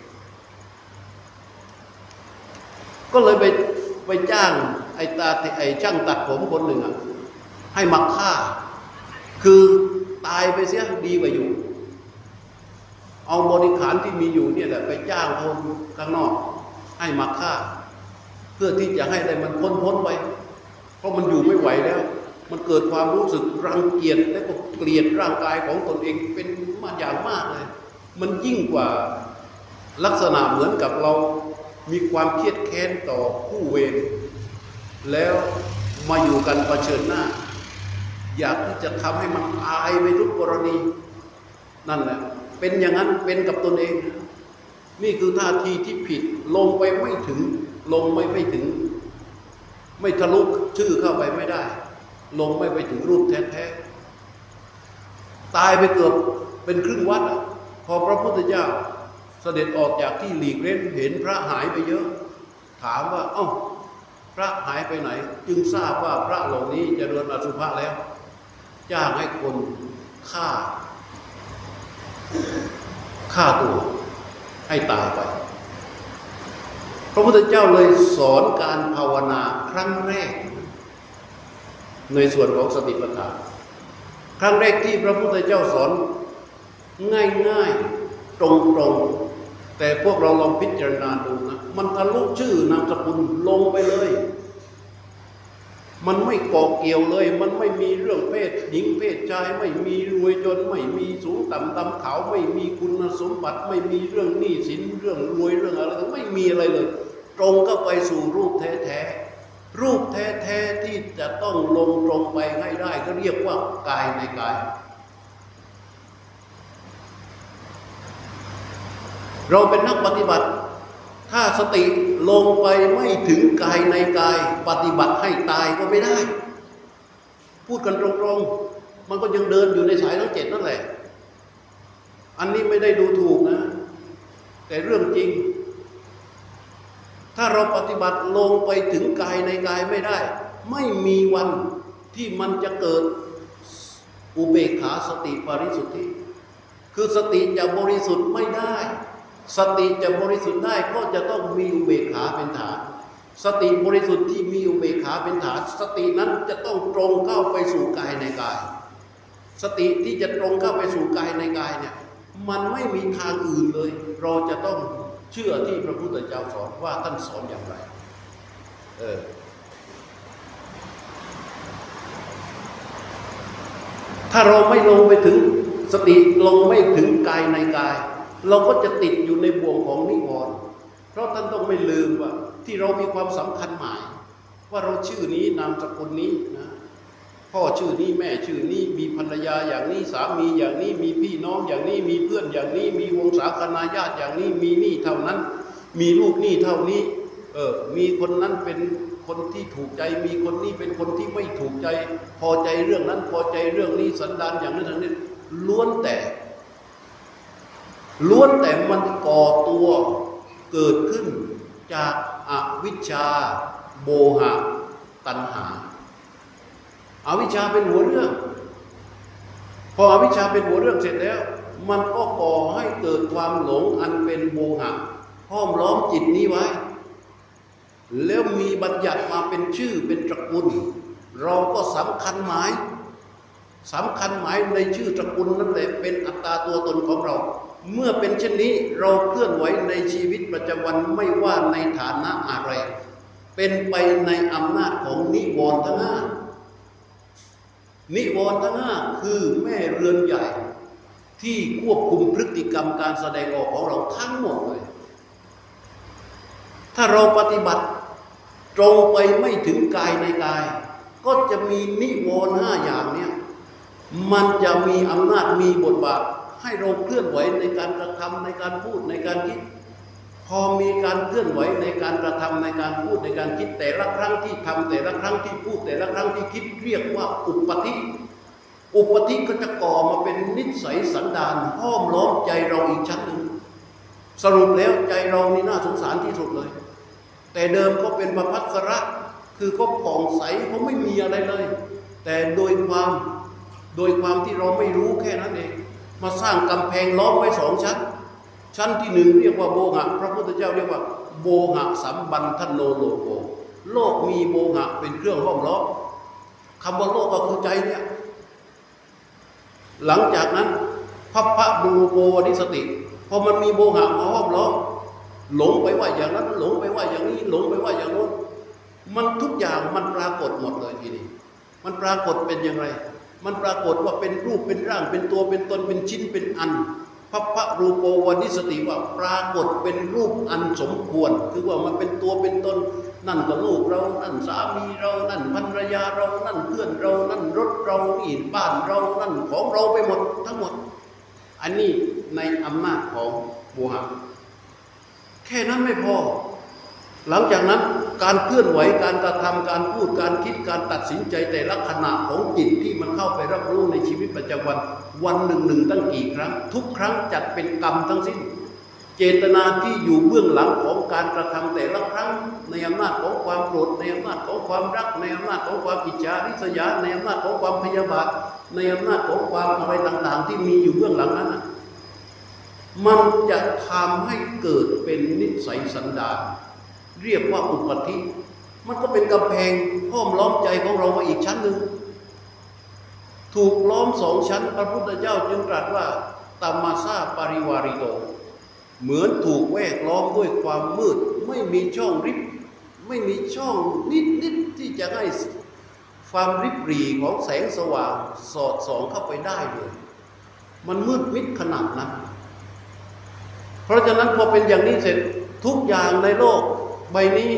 ก็เลยไปไปจ้างไอ้ตาไอ้ช่างตัดผมคนหนึ่งอ่ะให้มาฆ่าคือตายไปเสียดีกว่าอยู่เอาบริขารที่มีอยู่เนี่ยแหละไปจ้างคนข้างนอกให้มาฆ่าเพื่อที่จะให้ได้มันพ้นพ้นไปเพราะมันอยู่ไม่ไหวแล้วมันเกิดความรู้สึกรังเกียจและก็เกลียดร่างกายของตนเองเป็นมาอย่างมากเลยมันยิ่งกว่าลักษณะเหมือนกับเรามีความเครียดแค้นต่อผู้เวรแล้วมาอยู่กันเผชิญหน้าอยากที่จะทำให้มันตายไปทุกกรณีนั่นแหละเป็นอย่างนั้นเป็นกับตนเองนี่คือท่าทีที่ผิดลงไปไม่ถึงลงไม่ไปถึงไม่ทะลุชื่อเข้าไปไม่ได้ลงไม่ไปถึงรูปแท้ๆตายไปเกือบเป็นครึ่งวัดพอพระพุทธเจ้าเสด็จออกจากที่หลีกเล่นเห็นพระหายไปเยอะถามว่าเอ้าพระหายไปไหนจึงทราบว่าพระเหล่านี้เจริญอสุภะแล้วจ้างให้คนฆ่าฆ่าตัวให้ตายไปพระพุทธเจ้าเลยสอนการภาวนาครั้งแรกในส่วนของสติปัฏฐานครั้งแรกที่พระพุทธเจ้าสอนง่ายๆตรงๆแต่พวกเราลองพิจารณาดูนะมันทะลุชื่อนามสกุลลงไปเลยมันไม่เกาะเกี่ยวเลยมันไม่มีเรื่องเพศหญิงเพศชายไม่มีรวยจนไม่มีสูงต่ำดำขาวไม่มีคุณสมบัติไม่มีเรื่องหนี้สินเรื่องรวยเรื่องอะไรไม่มีอะไรเลยตรงก็ไปสู่รูปแท้ๆรูปแท้ๆที่จะต้องลงตรงไปให้ได้ก็เรียกว่ากายในกายเราเป็นนักปฏิบัติถ้าสติลงไปไม่ถึงกายในกายปฏิบัติให้ตายก็ไม่ได้พูดกันตรงๆมันก็ยังเดินอยู่ในสายทั้งเจ็ดนั่นแหละอันนี้ไม่ได้ดูถูกนะแต่เรื่องจริงถ้าเราปฏิบัติลงไปถึงกายในกายไม่ได้ไม่มีวันที่มันจะเกิดอุเบกขาสติปริสุทธิคือสติจะบริสุทธิ์ไม่ได้สติจะบริสุทธิ์ได้ก็จะต้องมีอุเบกขาเป็นฐานสติบริสุทธิ์ที่มีอุเบกขาเป็นฐานสตินั้นจะต้องตรงเข้าไปสู่กายในกายสติที่จะตรงเข้าไปสู่กายในกายเนี่ยมันไม่มีทางอื่นเลยเราจะต้องเชื่อที่พระพุทธเจ้าสอนว่าท่านสอนอย่างไรเออถ้าเราไม่ลงไปถึงสติลงไม่ถึงกายในกายเราก็จะติดอยู่ในบ่วงของนิวรณ์เพราะท่านต้องไม่ลืมว่าที่เรามีความสำคัญหมายว่าเราชื่อนี้นามสกุลนี้นะพ่อชื่อนี้แม่ชื่อนี้มีภรรยาอย่างนี้สามีอย่างนี้มีพี่น้องอย่างนี้มีเพื่อนอย่างนี้มีวงศาคณาญาติอย่างนี้มีหนี้เท่านั้นมีลูกหนี้เท่านี้เออมีคนนั้นเป็นคนที่ถูกใจมีคนนี้เป็นคนที่ไม่ถูกใจพอใจเรื่องนั้นพอใจเรื่องนี้สันดานอย่างนั้นอย่างนี้ล้วนแต่ล้วนแต่มันก่อตัวเกิดขึ้นจากอวิชชาโมหะตัณหาอวิชชาเป็นหัวเรื่องพออวิชชาเป็นหัวเรื่องเสร็จแล้วมันก็ก่อให้เกิดความหลงอันเป็นโมหะห้อมล้อมจิตนี้ไว้แล้วมีบัญญัติมาเป็นชื่อเป็นตระกูลเราก็สำคัญหมายสำคัญหมายในชื่อตระกูลนั่นแหละเป็นอัตตาตัวตนของเราเมื่อเป็นเช่นนี้เราเคลื่อนไหวในชีวิตประจำวันไม่ว่าในฐานะอะไรเป็นไปในอำนาจของนิวรณ์ทั้งห้านิวรณ์ทั้งห้าคือแม่เรือนใหญ่ที่ควบคุมพฤติกรรมการแสดงออกของเราทั้งหมดเลยถ้าเราปฏิบัติตรงไปไม่ถึงกายในกายก็จะมีนิวรณ์ห้าอย่างเนี้ยมันจะมีอำนาจมีบทบาทให้เราเคลื่อนไหวในการกระทำในการพูดในการคิดพอมีการเคลื่อนไหวในการกระทำในการพูดในการคิดแต่ละครั้งที่ทำแต่ละครั้งที่พูดแต่ละครั้งที่คิดเรียกว่าอุปธิอุปธิก็จะก่อมาเป็นนิสัยสันดานห้อมล้อมใจเราอีกชั้นหนึ่งสรุปแล้วใจเรานี่น่าสงสารที่สุดเลยแต่เดิมก็เป็นประภัสระคือก็ผ่องใสเขาไม่มีอะไรเลยแต่โดยความโดยความที่เราไม่รู้แค่นั้นเองมาสร้างกำแพงล้อมไว้สองชั้นชั้นที่หนึ่งเรียกว่าโมหะพระพุทธเจ้าเรียกว่าโมหะสัมบันทโนโลโกโลกมีโมหะเป็นเครื่องห้อมล้อมคำว่าโลกก็คือใจเนี่ยหลังจากนั้นพัพพะดูโปวนิสติพอมันมีโมหะมาห้อมล้อมหลงไปว่าอย่างนั้นหลงไปว่าอย่างนี้หลงไปว่าอย่างโน้นมันทุกอย่างมันปรากฏหมดเลยทีนี้มันปรากฏเป็นอย่างไรมันปรากฏว่าเป็นรูปเป็นร่างเป็นตัวเป็นตนเป็นชิ้นเป็นอันพัพพะรูโปวนิสติว่าปรากฏเป็นรูปอันสมควรคือว่ามันเป็นตัวเป็นตนนั่นก็ลูกเรานั่นสามีเรานั่นภรรยาเรานั่นเพื่อนเรานั่นรถเรานี่บ้านเรานั่นของเราไปหมดทั้งหมดอันนี้ในอำนาจของโมหะแค่นั้นไม่พอหลังจากนั้นการเคลื่อนไหวการกระทำการพูดการคิดการตัดสินใจแต่ละขณะของจิตที่มันเข้าไปรับรู้ในชีวิตประจำวันวันหนึ่งหนึ่งตั้งกี่ครั้งทุกครั้งจัดเป็นกรรมทั้งสิ้นเจตนาที่อยู่เบื้องหลังของการกระทำแต่ละครั้งในอำนาจของความโกรธในอำนาจของความรักในอำนาจของความอิจฉาริษยาในอำนาจของความพยาบาทในอำนาจของความอะไรต่างๆที่มีอยู่เบื้องหลังนั้นมันจะทำให้เกิดเป็นนิสัยสันดานเรียกว่าอุปธิมันก็เป็นกำแพงห้อมล้อมใจของเราไว้อีกชั้นหนึ่งถูกล้อมสองชั้นพระพุทธเจ้าจึงตรัสว่าตัมมาสาปริวาริโตเหมือนถูกแวดล้อมด้วยความมืดไม่มีช่องริบไม่มีช่องนิดๆที่จะให้ความริบหรี่ของแสงสว่างสอดส่องเข้าไปได้เลยมันมืดมิดขนาดนั้นเพราะฉะนั้นพอเป็นอย่างนี้เสร็จทุกอย่างในโลกใบนี้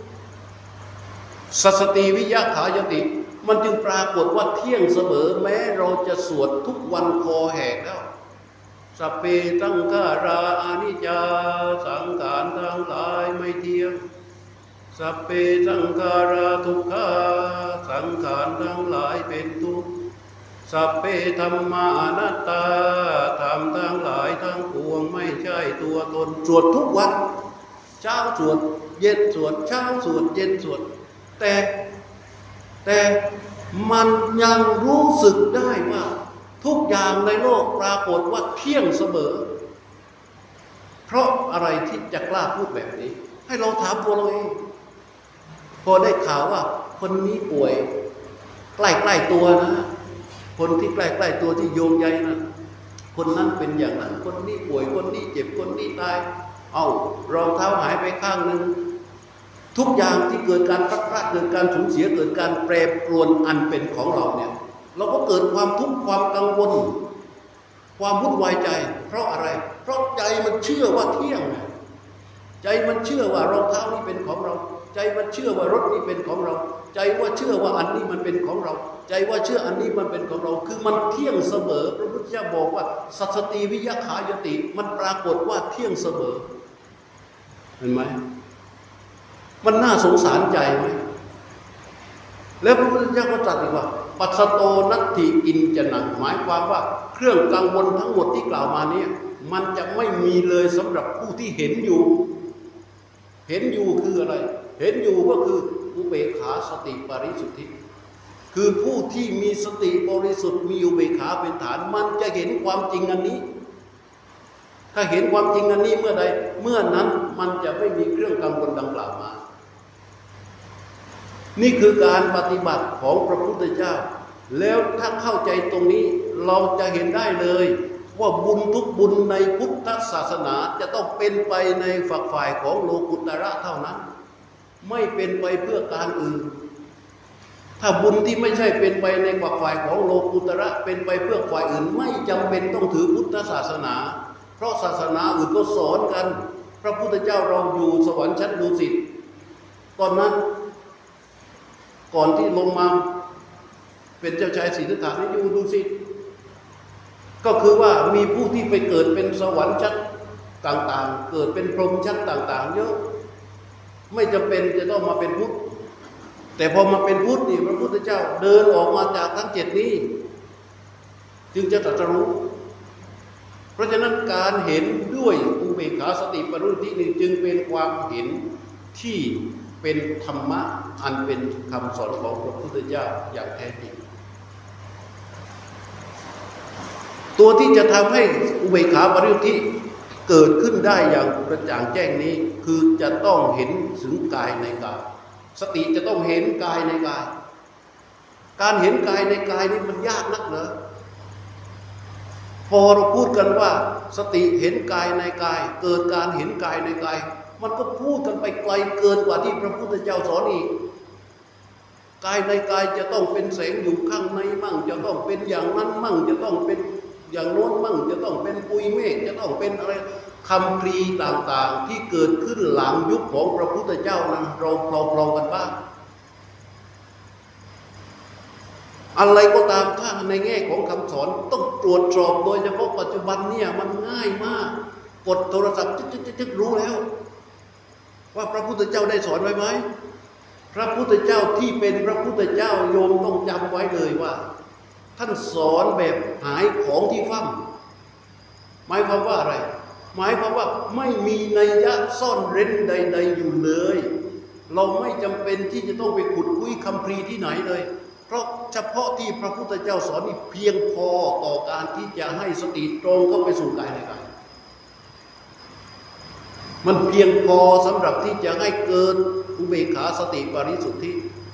สัสติวิยะขายติมันจึงปรากฏว่าเที่ยงเสมอแม้เราจะสวดทุกวันคอแหกแล้วสัพเพสังขาราอนิจจาสังขารทั้งหลายไม่เที่ยงสัพเพสังขาราทุกขาสังขารทั้งหลายเป็นทุกข์สัพเพธัมมาอนัตตาธรรมทั้งหลายทั้งปวงไม่ใช่ตัวตนสวดทุกวันเช้าสวดเย็นสวดเช้าสวดเย็นสวดแต่แต่มันยังรู้สึกได้ว่าทุกอย่างในโลกปรากฏว่าเที่ยงเสมอเพราะอะไรที่จะกล้าพูดแบบนี้ให้เราถามตัวเราเองพอได้ข่าวว่าคนนี้ป่วยใกล้ๆตัวนะคนที่ใกล้ๆตัวที่โยงใยนะคนนั้นเป็นอย่างนั้นคนนี้ป่วยคนนี้เจ็บคนนี้ตายเอ้ารองเท้าหายไปข้างหนึ่งทุกอย่างที่เกิดการพลัดพรากเกิดการสูญเสียเกิดการแปรปรวนอันเป็นของเราเนี่ยเราก็เกิดความทุกข์ความกังวลความวุ่นวายใจเพราะอะไรเพราะใจมันเชื่อว่าเที่ยงใจมันเชื่อว่ารองเท้านี้เป็นของเราใจมันเชื่อว่ารถนี้เป็นของเราใจว่าเชื่อว่าอันนี้มันเป็นของเราใจว่าเชื่ออันนี้มันเป็นของเราคือมันเที่ยงเสมอพระพุทธเจ้าบอกว่าสัสติวิยขายติมันปรากฏว่าเที่ยงเสมอเห็นไหมมันน่าสงสารใจไหมแล้วพระพุทธเจ้าก็ตรัสอีกว่าปัสสโตนัตถิอินจนังหมายความว่าเครื่องกังวลทั้งหมดที่กล่าวมานี้มันจะไม่มีเลยสำหรับผู้ที่เห็นอยู่เห็นอยู่คืออะไรเห็นอยู่ก็คืออุเบกขาสติปริสุทธิคือผู้ที่มีสติบริสุทธิ์มีอุเบกขาเป็นฐานมันจะเห็นความจริงอันนี้ถ้าเห็นความจริงอันนี้เมื่อใดเมื่อนั้นมันจะไม่มีเครื่องกังวลดังกล่าวมานี่คือการปฏิบัติของพระพุทธเจ้าแล้วถ้าเข้าใจตรงนี้เราจะเห็นได้เลยว่าบุญทุกบุญในพุทธศาสนาจะต้องเป็นไปในฝักฝ่ายของโลกุตระเท่านั้นไม่เป็นไปเพื่อการอื่นถ้าบุญที่ไม่ใช่เป็นไปในฝักฝ่ายของโลกุตระเป็นไปเพื่อฝ่ายอื่นไม่จำเป็นต้องถือพุทธศาสนาเพราะศาสนาอื่นก็สอนกันพระพุทธเจ้าเราอยู่สวรรค์ชั้นดุสิตตอนนั้นก่อนที่ลงมาเป็นเจ้าชายสิทธัตถะนี่อยู่ดุสิตก็คือว่ามีผู้ที่ไปเกิดเป็นสวรรค์ชั้นต่างๆเกิดเป็นพรหมชั้นต่างๆเยอะไม่จำเป็นจะต้องมาเป็นพุทธแต่พอมาเป็นพุทธนี่พระพุทธเจ้าเดินออกมาจากทั้งเจ็ดนี้จึงจะตรัสรู้เพราะฉะนั้นการเห็นด้วยอุเบกขาสติปัฏฐานนี่จึงเป็นความเห็นที่เป็นธรรมะอันเป็นคำสอนของพระพุทธเจ้าอย่างแท้จริงตัวที่จะทำให้อุเบกขาปริยุทธิเกิดขึ้นได้อย่างกระจ่างแจ้งนี้คือจะต้องเห็นถึงกายในกายสติจะต้องเห็นกายในกายการเห็นกายในกายนี่มันยากนักเหรอพอเราพูดกันว่าสติเห็นกายในกายเกิดการเห็นกายในกายมันก็พูดกันไปไกลเกินกว่าที่พระพุทธเจ้าสอนอีกกายในกายจะต้องเป็นแสงอยู่ข้างในมั่งจะต้องเป็นอย่างนั้นมั่งจะต้องเป็นอย่างโน้นมั่งจะต้องเป็นปุยเมฆจะต้องเป็นอะไรคำพลีต่างๆที่เกิดขึ้นหลังยุคของพระพุทธเจ้านั้นเราพลองๆกันบ้างอะไรก็ตามถ้าในแง่ของคำสอนต้องตรวจสอบโดยเฉพาะปัจจุบันเนี่ยมันง่ายมากกดโทรศัพท์จึ๊กๆๆรู้แล้วว่าพระพุทธเจ้าได้สอนไว้ไหมพระพุทธเจ้าที่เป็นพระพุทธเจ้าโยมต้องจำไว้เลยว่าท่านสอนแบบหายของที่ฟั่มหมายความว่าอะไรหมายความว่าไม่มีนัยยะซ่อนเร้นใดๆอยู่เลยเราไม่จำเป็นที่จะต้องไปขุดคุยคัมภีร์ที่ไหนเลยเพราะเฉพาะที่พระพุทธเจ้าสอนนี่เพียงพอต่อการที่จะให้สติตรงเข้าไปสู่กายในกายมันเพียงพอสำหรับที่จะให้เกิดอุเบกขาสติปริสุทธิ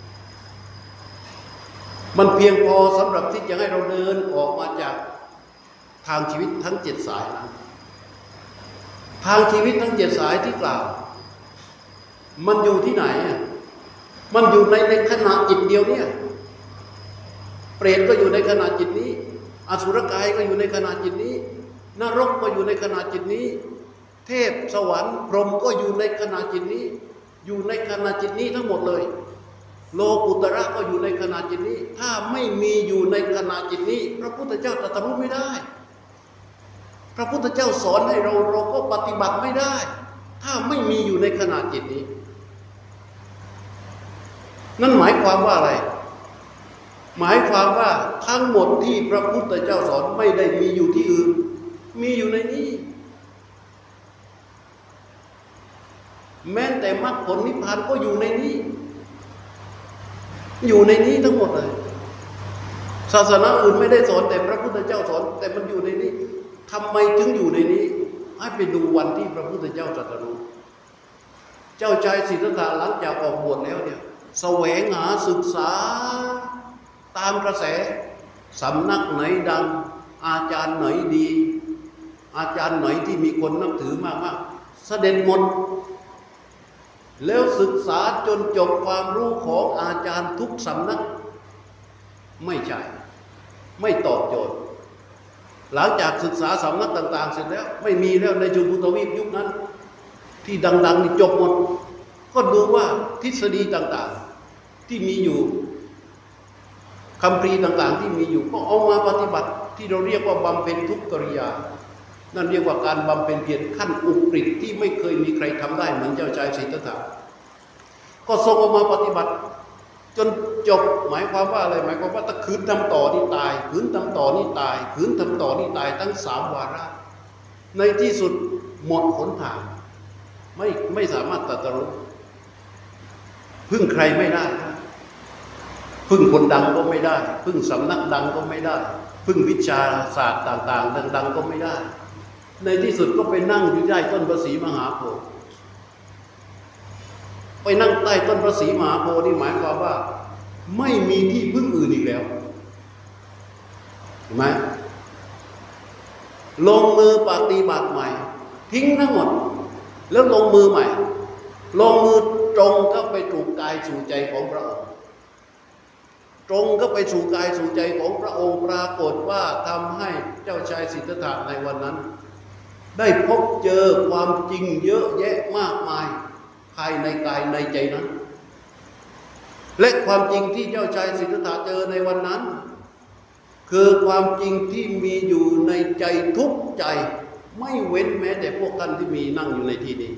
มันเพียงพอสำหรับที่จะให้เราเดินออกมาจากทางชีวิตทั้งเจ็ดสายนะทางชีวิตทั้งเจ็ดสายที่กล่าวมันอยู่ที่ไหนมันอยู่ในในขณะจิตเดียวเนี่ยเปรตก็อยู่ในขณะจิตนี้อสุรกายก็อยู่ในขณะจิตนี้นรกก็อยู่ในขณะจิตนี้เทพสวรรค์พรหมก็อยู่ในขณะจิตนี้อยู่ในขณะจิตนี้ทั้งหมดเลยโลกุตระก็อยู่ในขณะจิตนี้ถ้าไม่มีอยู่ในขณะจิตนี้พระพุทธเจ้าตรัสรู้ไม่ได้พระพุทธเจ้าสอนให้เราเราก็ปฏิบัติไม่ได้ถ้าไม่มีอยู่ในขณะจิตนี้นั่นหมายความว่าอะไรหมายความว่าทั้งหมดที่พระพุทธเจ้าสอนไม่ได้มีอยู่ที่อื่นมีอยู่ในนี้แม้แต่มรรคผลนิพพานก็อยู่ในนี้อยู่ในนี้ทั้งหมดเลยศาสนาอื่นไม่ได้สอนแต่พระพุทธเจ้าสอนแต่มันอยู่ในนี้ทำไมถึงอยู่ในนี้ให้ไปดูวันที่พระพุทธเจ้าตรัสรู้เจ้าชายสิทธัตถะหลังจากออกบวชแล้วเนี่ยแสวงหาศึกษาตามกระแสสำนักไหนดังอาจารย์ไหนดีอาจารย์ไหนที่มีคนนับถือมากๆเสด็จหมดแล้วศึกษาจนจบความรู้ของอาจารย์ทุกสำนักไม่ใช่ไม่ตอบโจทย์หลังจากศึกษาสำนักต่างๆเสร็จแล้วไม่มีแล้วในชมพูทวีปยุคนั้นที่ดังๆนี่จบหมดก็ดูว่าทฤษฎีต่างๆที่มีอยู่คำพรีต่างๆที่มีอยู่ก็เอามาปฏิบัติที่เราเรียกว่าบำเพ็ญทุกกิริยานั่นเรียกว่าการบำเพ็ญเพียรขั้นอุกฤษที่ไม่เคยมีใครทำได้เหมือนเจ้าชายสิทธัตถะก็ทรงเอามาปฏิบัติจนจบหมายความว่าอะไรหมายความว่าถ้าขืนทำต่อนี่ตายขืนทำต่อนี่ตายขืนทำต่อนี่ตายทั้งสามวาระในที่สุดหมดหนทางไม่ไม่สามารถตรัสรู้พึ่งใครไม่ได้พึ่งคนดังก็ไม่ได้พึ่งสำนักดังก็ไม่ได้พึ่งวิชาศาสตร์ต่างๆดังๆก็ไม่ได้ในที่สุดก็ไปนั่งอยู่ใต้ต้นพระศรีมหาโพธิ์ไปนั่งใต้ต้นพระศรีมหาโพธิ์นี่หมายความว่าไม่มีที่พึ่งอื่นอีกแล้วเห็นไหมลงมือปฏิบัติใหม่ทิ้งทั้งหมดแล้วลงมือใหม่ลงมือตรงก็ไปถูกกายสู่ใจของพระองค์ตรงก็ไปสู่กายสู่ใจของพระองค์ปรากฏว่าทำให้เจ้าชายสิทธัตถะในวันนั้นได้พบเจอความจริงเยอะแยะมากมายภายในกายในใจนั้นและความจริงที่เจ้าชายสิทธัตถะเจอในวันนั้นคือความจริงที่มีอยู่ในใจทุกใจไม่เว้นแม้แต่พวกท่านที่มีนั่งอยู่ในที่นี้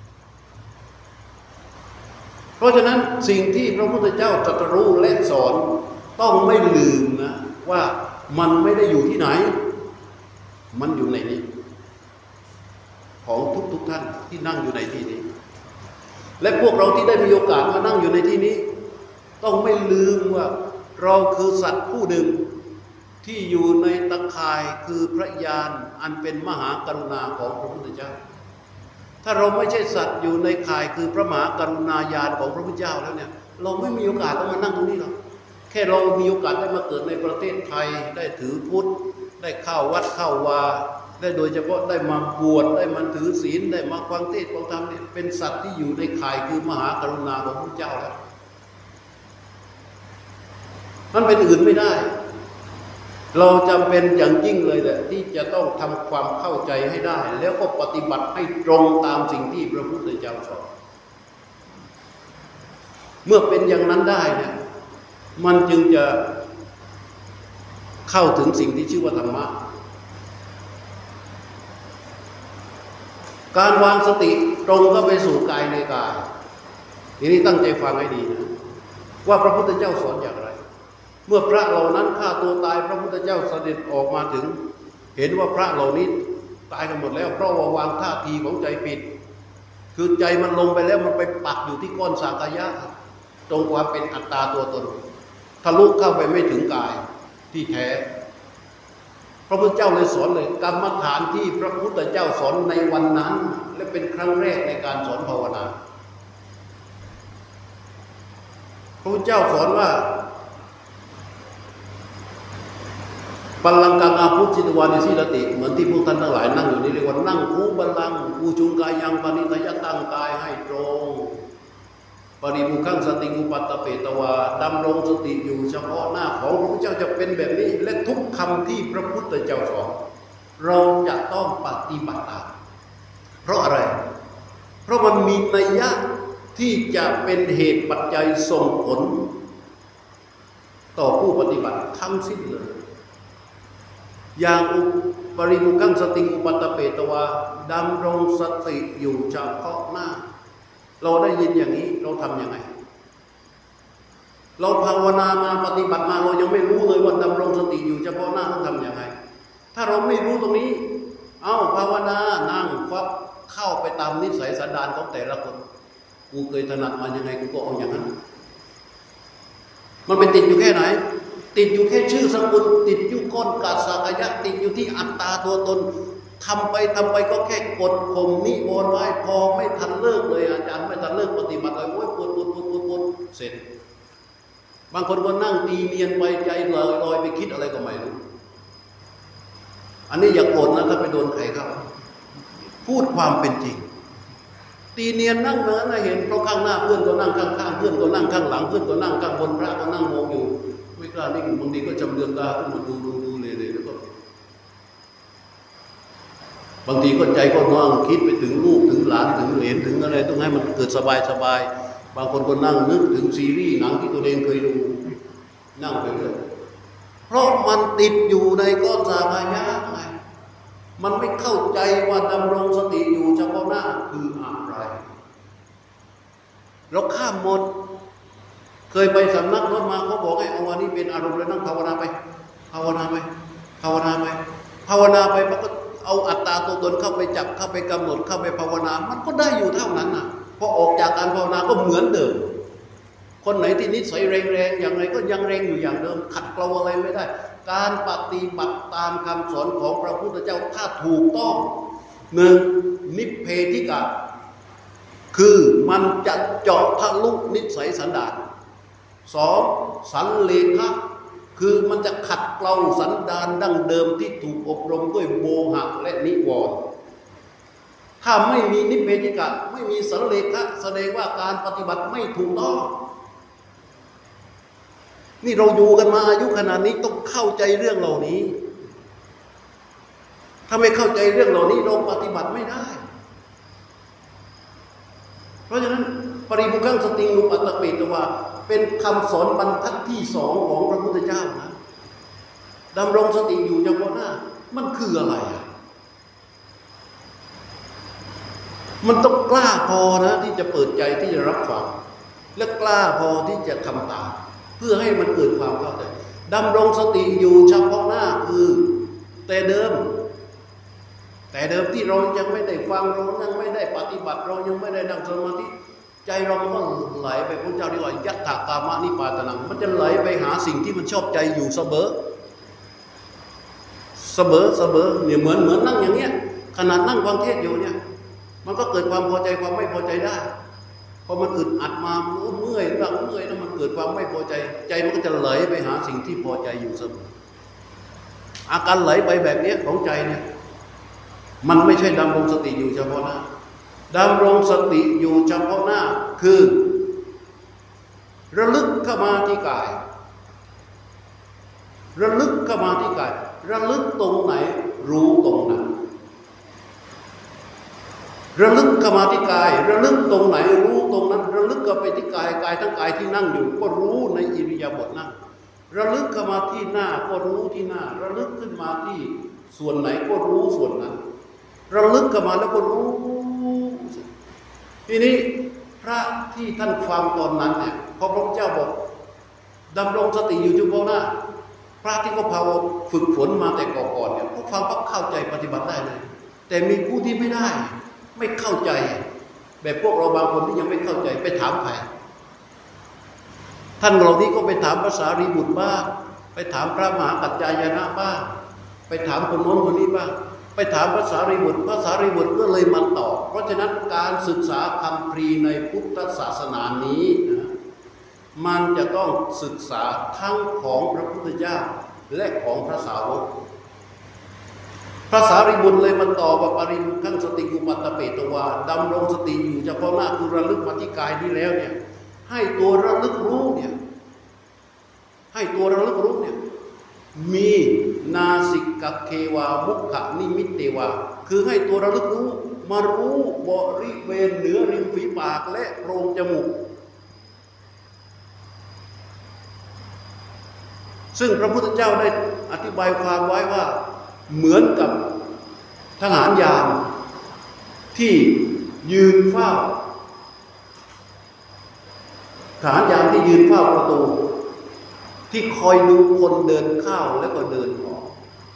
เพราะฉะนั้นสิ่งที่พระพุทธเจ้าตรัสรู้และสอนต้องไม่ลืมนะว่ามันไม่ได้อยู่ที่ไหนมันอยู่ในนี้ของทุกๆท่านที่นั่งอยู่ในที่นี้และพวกเราที่ได้มีโอกาสมานั่งอยู่ในที่นี้ต้องไม่ลืมว่าเราคือสัตว์ผู้หนึ่งที่อยู่ในตะข่ายคือพระญาณอันเป็นมหากรุณาของพระพุทธเจ้าถ้าเราไม่ใช่สัตว์อยู่ในข่ายคือพระมหากรุณาญาณของพระพุทธเจ้าแล้วเนี่ยเราไม่มีโอกาสต้องมานั่งตรงนี้หรอกแค่เรามีโอกาสได้มาเกิดในประเทศไทยได้ถือพุทธได้เข้าวัดเข้าวาได้โดยเฉพาะได้มาบวชได้มาถือศีลได้มาฟังเทศน์ฟังธรรมเนี่ยเป็นสัตว์ที่อยู่ในข่ายคือมหากรุณาของพระพุทธเจ้าแล้วมันเป็นอื่นไม่ได้เราจำเป็นอย่างยิ่งเลยแหละที่จะต้องทำความเข้าใจให้ได้แล้วก็ปฏิบัติให้ตรงตามสิ่งที่พระพุทธเจ้าสอนเมื่อเป็นอย่างนั้นได้เนี่ยมันจึงจะเข้าถึงสิ่งที่ชื่อว่าธรรมะการวางสติตรงก็ไปสู่กายในกายทีนี้ตั้งใจฟังให้ดีนะว่าพระพุทธเจ้าสอนอย่างไรเมื่อพระเหล่านั้นฆ่าตัวตายพระพุทธเจ้าเสด็จออกมาถึงเห็นว่าพระเหล่านี้ตายกันหมดแล้วเพราะว่าวางท่าทีของใจผิดคือใจมันลงไปแล้วมันไปปักอยู่ที่ก้อนสังขยะตรงความเป็นอัตตาตัวตนทะลุเข้าไปไม่ถึงกายที่แท้พระพุทธเจ้าเลยสอนเลยกรรมฐานที่พระพุทธเจ้าสอนในวันนั้นและเป็นครั้งแรกในการสอนภาวนาพระพุทธเจ้าสอนว่าบัลลังกังอาภุจิตวานิสีรติเหมือนที่พวกท่านทั้งหลายนั่งอยู่นี่เรียกว่านั่งคูบัลลังก์อูจุงกายังปณิทยตั้งกายให้ตรงปริมุขังสติอุปัตตเปตวาดำรงสติอยู่เฉพาะหน้าของพระพุทธเจ้าจะเป็นแบบนี้และทุกคำที่พระพุทธเจ้าสอนเราจะต้องปฏิบัติตามเพราะอะไรเพราะมันมีนัยยะที่จะเป็นเหตุปัจจัยส่งผลต่อผู้ปฏิบัติทั้งสิ้นเลยอย่างปริมุขังสติอุปัตตเปตวาดำรงสติอยู่เฉพาะหน้าเราได้ยินอย่างนี้เราทำยังไงเราภาวนามาปฏิบัติมาเรายังไม่รู้เลยว่าดำรงสติอยู่เฉพาะหน้าต้องทำยังไงถ้าเราไม่รู้ตรงนี้เอ้าภาวนานั่งฟับเข้าไปตามนิสัยสันดานของแต่ละคนกูเคยถนัดมายังไงกูก็เอาอย่างนั้นมันเป็นติดอยู่แค่ไหนติดอยู่แค่ชื่อสกุลติดอยู่ก้นกาสากยะติดอยู่ที่อัตตาตัวตนทำไปทำไปก็แค่กดข่มนิวรณ์ไว้พอไม่ทันเลิกเลยอาจารย์ไม่ทันเลิกปฏิบัติเลยโอ้ยปวดปวดปวดปวดปวดเสร็จบางคนก็นั่งตีเนียนไปใจลอยลอยไปคิดอะไรก็ไม่รู้อันนี้อย่าโกรธนะถ้าไปโดนใครเข้าพูดความเป็นจริงตีเนียนนั่งเนะเห็นเพราะข้างหน้าเพื่อนก็นั่งข้างๆเพื่อนก็นั่งข้างหลังเพื่อนก็นั่งข้างบนพระก็นั่งมองอยู่ไม่กล้านิ่งบางทีก็จำเรืองตาขึ้นมาดูดูดูเลยเลยแล้วก็บางทีก็ใจก็น้องคิดไปถึงลูกถึงหลานถึงเหลนถึงอะไรต้องให้มันเกิดสบายสบายบางคนก็นั่งนึกถึงซีรีส์หนังที่ตัวเองเคยดูนั่งไปเรื่อยเพราะมันติดอยู่ในก้อนสากายะไงมันไม่เข้าใจว่าดำรงสติอยู่เฉพาะหน้าคืออะไรเราข้ามหมดเคยไปสำนักรถมาเขาบอกให้เอาวันนี้เป็นอารมณ์แล้วนั่งภาวนาไปภาวนาไปภาวนาไปภาวนาไปมันก็เอาอัตตาตัวตนเข้าไปจับเข้าไปกำหนดเข้าไปภาวนามันก็ได้อยู่เท่านั้นน่ะพอออกจากการภาวนาก็เหมือนเดิมคนไหนที่นิสัยแรงๆอย่างไรก็ยังแรงอยู่อย่างเดิมขัดเกลาอะไรไม่ได้การปฏิบัติตามคำสอนของพระพุทธเจ้าถ้าถูกต้องหนึ่งนิพเพธิกะคือมันจะเจาะทะลุนิสัยสันดานสองสันเลขะคือมันจะขัดเกลาสันดานดั้งเดิมที่ถูกอบรมด้วยโมหะและนิวรณ์ถ้าไม่มีนิพเพธิกะไม่มีสันเลขะแสดงว่าการปฏิบัติไม่ถูกต้องนี่เราอยู่กันมาอายุขนาดนี้ต้องเข้าใจเรื่องเหล่านี้ถ้าไม่เข้าใจเรื่องเหล่านี้เราปฏิบัติไม่ได้เพราะฉะนั้นปริมุขังสติงูปัตตเปตวาเป็นคำสอนบรรทัดที่สองของพระพุทธเจ้านะดำรงสติอยู่เฉพาะหน้ามันคืออะไรอ่ะมันต้องกล้าพอนะที่จะเปิดใจที่จะรับฟังและกล้าพอที่จะทำตามเพื่อให้มันเกิดความเข้าใจดำรงสติอยู่เฉพาะหน้าคือแต่เดิมแต่เดิมที่เรายังไม่ได้ฟังเรายังไม่ได้ปฏิบัติเรายังไม่ได้นั่งสมาธิใจเราก็ไหลไปพระเจ้าเรียกว่ายัตถากามะนิปาตนังมันจะไหลไปหาสิ่งที่มันชอบใจอยู่เสมอเสมอเสมอเนี่ยเหมือนเหมือนนั่งอย่างเนี้ยขนาดนั่งฟังเทศอยู่เนี่ยมันก็เกิดความพอใจความไม่พอใจได้พอมันอึดอัดมาเมื่อยบ้างเมื่อยแล้วมันเกิดความไม่พอใจใจมันก็จะไหลไปหาสิ่งที่พอใจอยู่เสมออาการไหลไปแบบนี้ของใจเนี่ยมันไม่ใช่ดำรงสติอยู่เฉพาะหน้าดำรงสติอยู่เฉพาะหน้าคือระลึกเข้ามาที่กายระลึกเข้ามาที่กายระลึกตรงไหนรู้ตรงนั้นระลึกเข้ามาที่กายระลึกตรงไหนรู้ตรงนั้นระลึกเข้าไปที่กายกายทั้งกายที่นั่งอยู่ก็รู้ในอิริยาบถนั่งระลึกเข้ามาที่หน้าก็รู้ที่หน้าระลึกขึ้นมาที่ส่วนไหนก็รู้ส่วนนั้นระลึกเข้ามาแล้วก็รู้ทีนี้พระที่ท่านฟังตอนนั้นเนี่ยพอพระพุทธเจ้าบอกดำรงสติอยู่เฉพาะหน้าพระที่เขาพาฝึกฝนมาแต่ก่อนๆเนี่ยพวกฟังปั๊บเข้าใจปฏิบัติได้เลยแต่มีผู้ที่ไม่ได้ไม่เข้าใจแบบพวกเราบางคนที่ยังไม่เข้าใจไปถามใครท่านเหล่านี้ก็ไปถามภาษารีบุตรบ้างไปถามพระมหากัจจายนะบ้างไปถามคนโน้นคนนี้บ้างไปถามภาษารีบุตรภาษารีบุตรก็เลยมาตอบเพราะฉะนั้นการศึกษาคัมภีร์ในพุทธศาสนานี้นะมันจะต้องศึกษาทั้งของพระพุทธเจ้าและของพระสาวกภาษารีบุตรเลยมาตอบว่าปริมุขังสติอุปัตตเปตวาดำรงสติอยู่เฉพาะหน้าคือระลึกมาที่กายนี้แล้วเนี่ยให้ตัวระลึกรู้เนี่ยให้ตัวระลึกรู้เนี่ยมีนาสิกเความุขนิมิตเตวาคือให้ตัวระลึกรู้มารู้บริเวณเหนือริมฝีปากและโพรงจมูกซึ่งพระพุทธเจ้าได้อธิบายความไว้ว่าเหมือนกับทหารยามที่ยืนเฝ้าทหารยามที่ยืนเฝ้าประตูที่คอยดูคนเดินเข้าแล้วก็เดินออก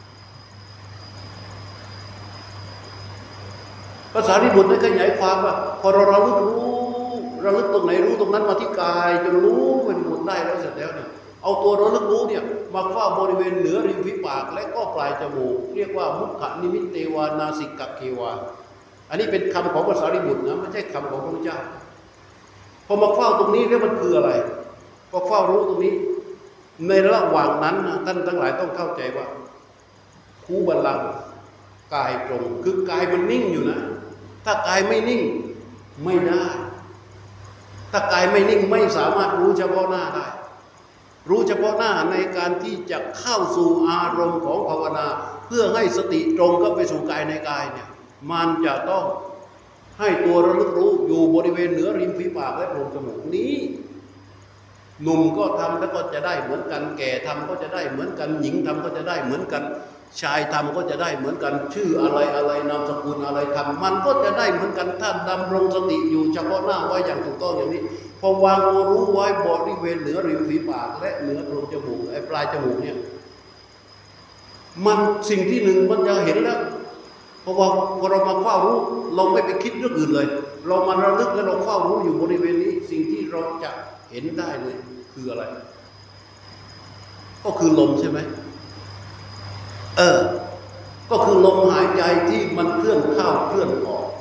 ภาษาริบุตรได้ขยายความว่าพอเราระลึกรู้ระลึกตรงไหนรู้ตรงนั้นมาที่กายจนรู้เป็นหมดได้แล้วเสร็จแล้วเนี่ยเอาตัวระลึกรู้เนี่ยมาเฝ้าบริเวณเหนือริมฝีปากและก็ปลายจมูกเรียกว่ามุขนิมิตเตวานาสิกเควาอันนี้เป็นคำของภาษาริบุตรนะไม่ใช่คำของพระพุทธเจ้าพอมาเฝ้าตรงนี้แล้วมันคืออะไรพอเฝ้ารู้ตรงนี้ในระหว่างนั้นนะท่านทั้งหลายต้องเข้าใจว่าคูบัลลังก์กายตรงคือกายมันนิ่งอยู่นะถ้ากายไม่นิ่งไม่ได้ถ้ากายไม่นิ่งไม่สามารถรู้เฉพาะหน้าได้รู้เฉพาะหน้าในการที่จะเข้าสู่อารมณ์ของภาวนาเพื่อให้สติตรงเข้าไปสู่กายในกายเนี่ยมันจะต้องให้ตัวระลึกรู้อยู่บริเวณเหนือริมฝีปากและโพรงจมูกนี้หนุ่มก็ทำแล้วก็จะได้เหมือนกันแก่ทำก็จะได้เหมือนกันหญิงทำก็จะได้เหมือนกันชายทำก็จะได้เหมือนกันชื่ออะไรอะไรนามสกุลอะไรทำมันก็จะได้เหมือนกันถ้าดำรงสติอยู่เฉพาะหน้าไว้อย่างถูกต้องอย่างนี้พอวางตัวรู้ไว้บริเวณเหนือริมฝีปากและเหนือโพรงจมูกไอ้ปลายจมูกเนี่ยมันสิ่งที่หนึ่งมันจะเห็นแล้วเพราะว่าพอเรามาเฝ้ารู้เราไม่ไปคิดเรื่องอื่นเลยเรามาระลึกและเราเฝ้ารู้อยู่บริเวณนี้สิ่งที่เราจะเห็นได้เลยคืออะไรก็คือลมใช่ไหมเออก็คือลมหายใจที่มันเคลื่อนเข้าเคลื่อนออก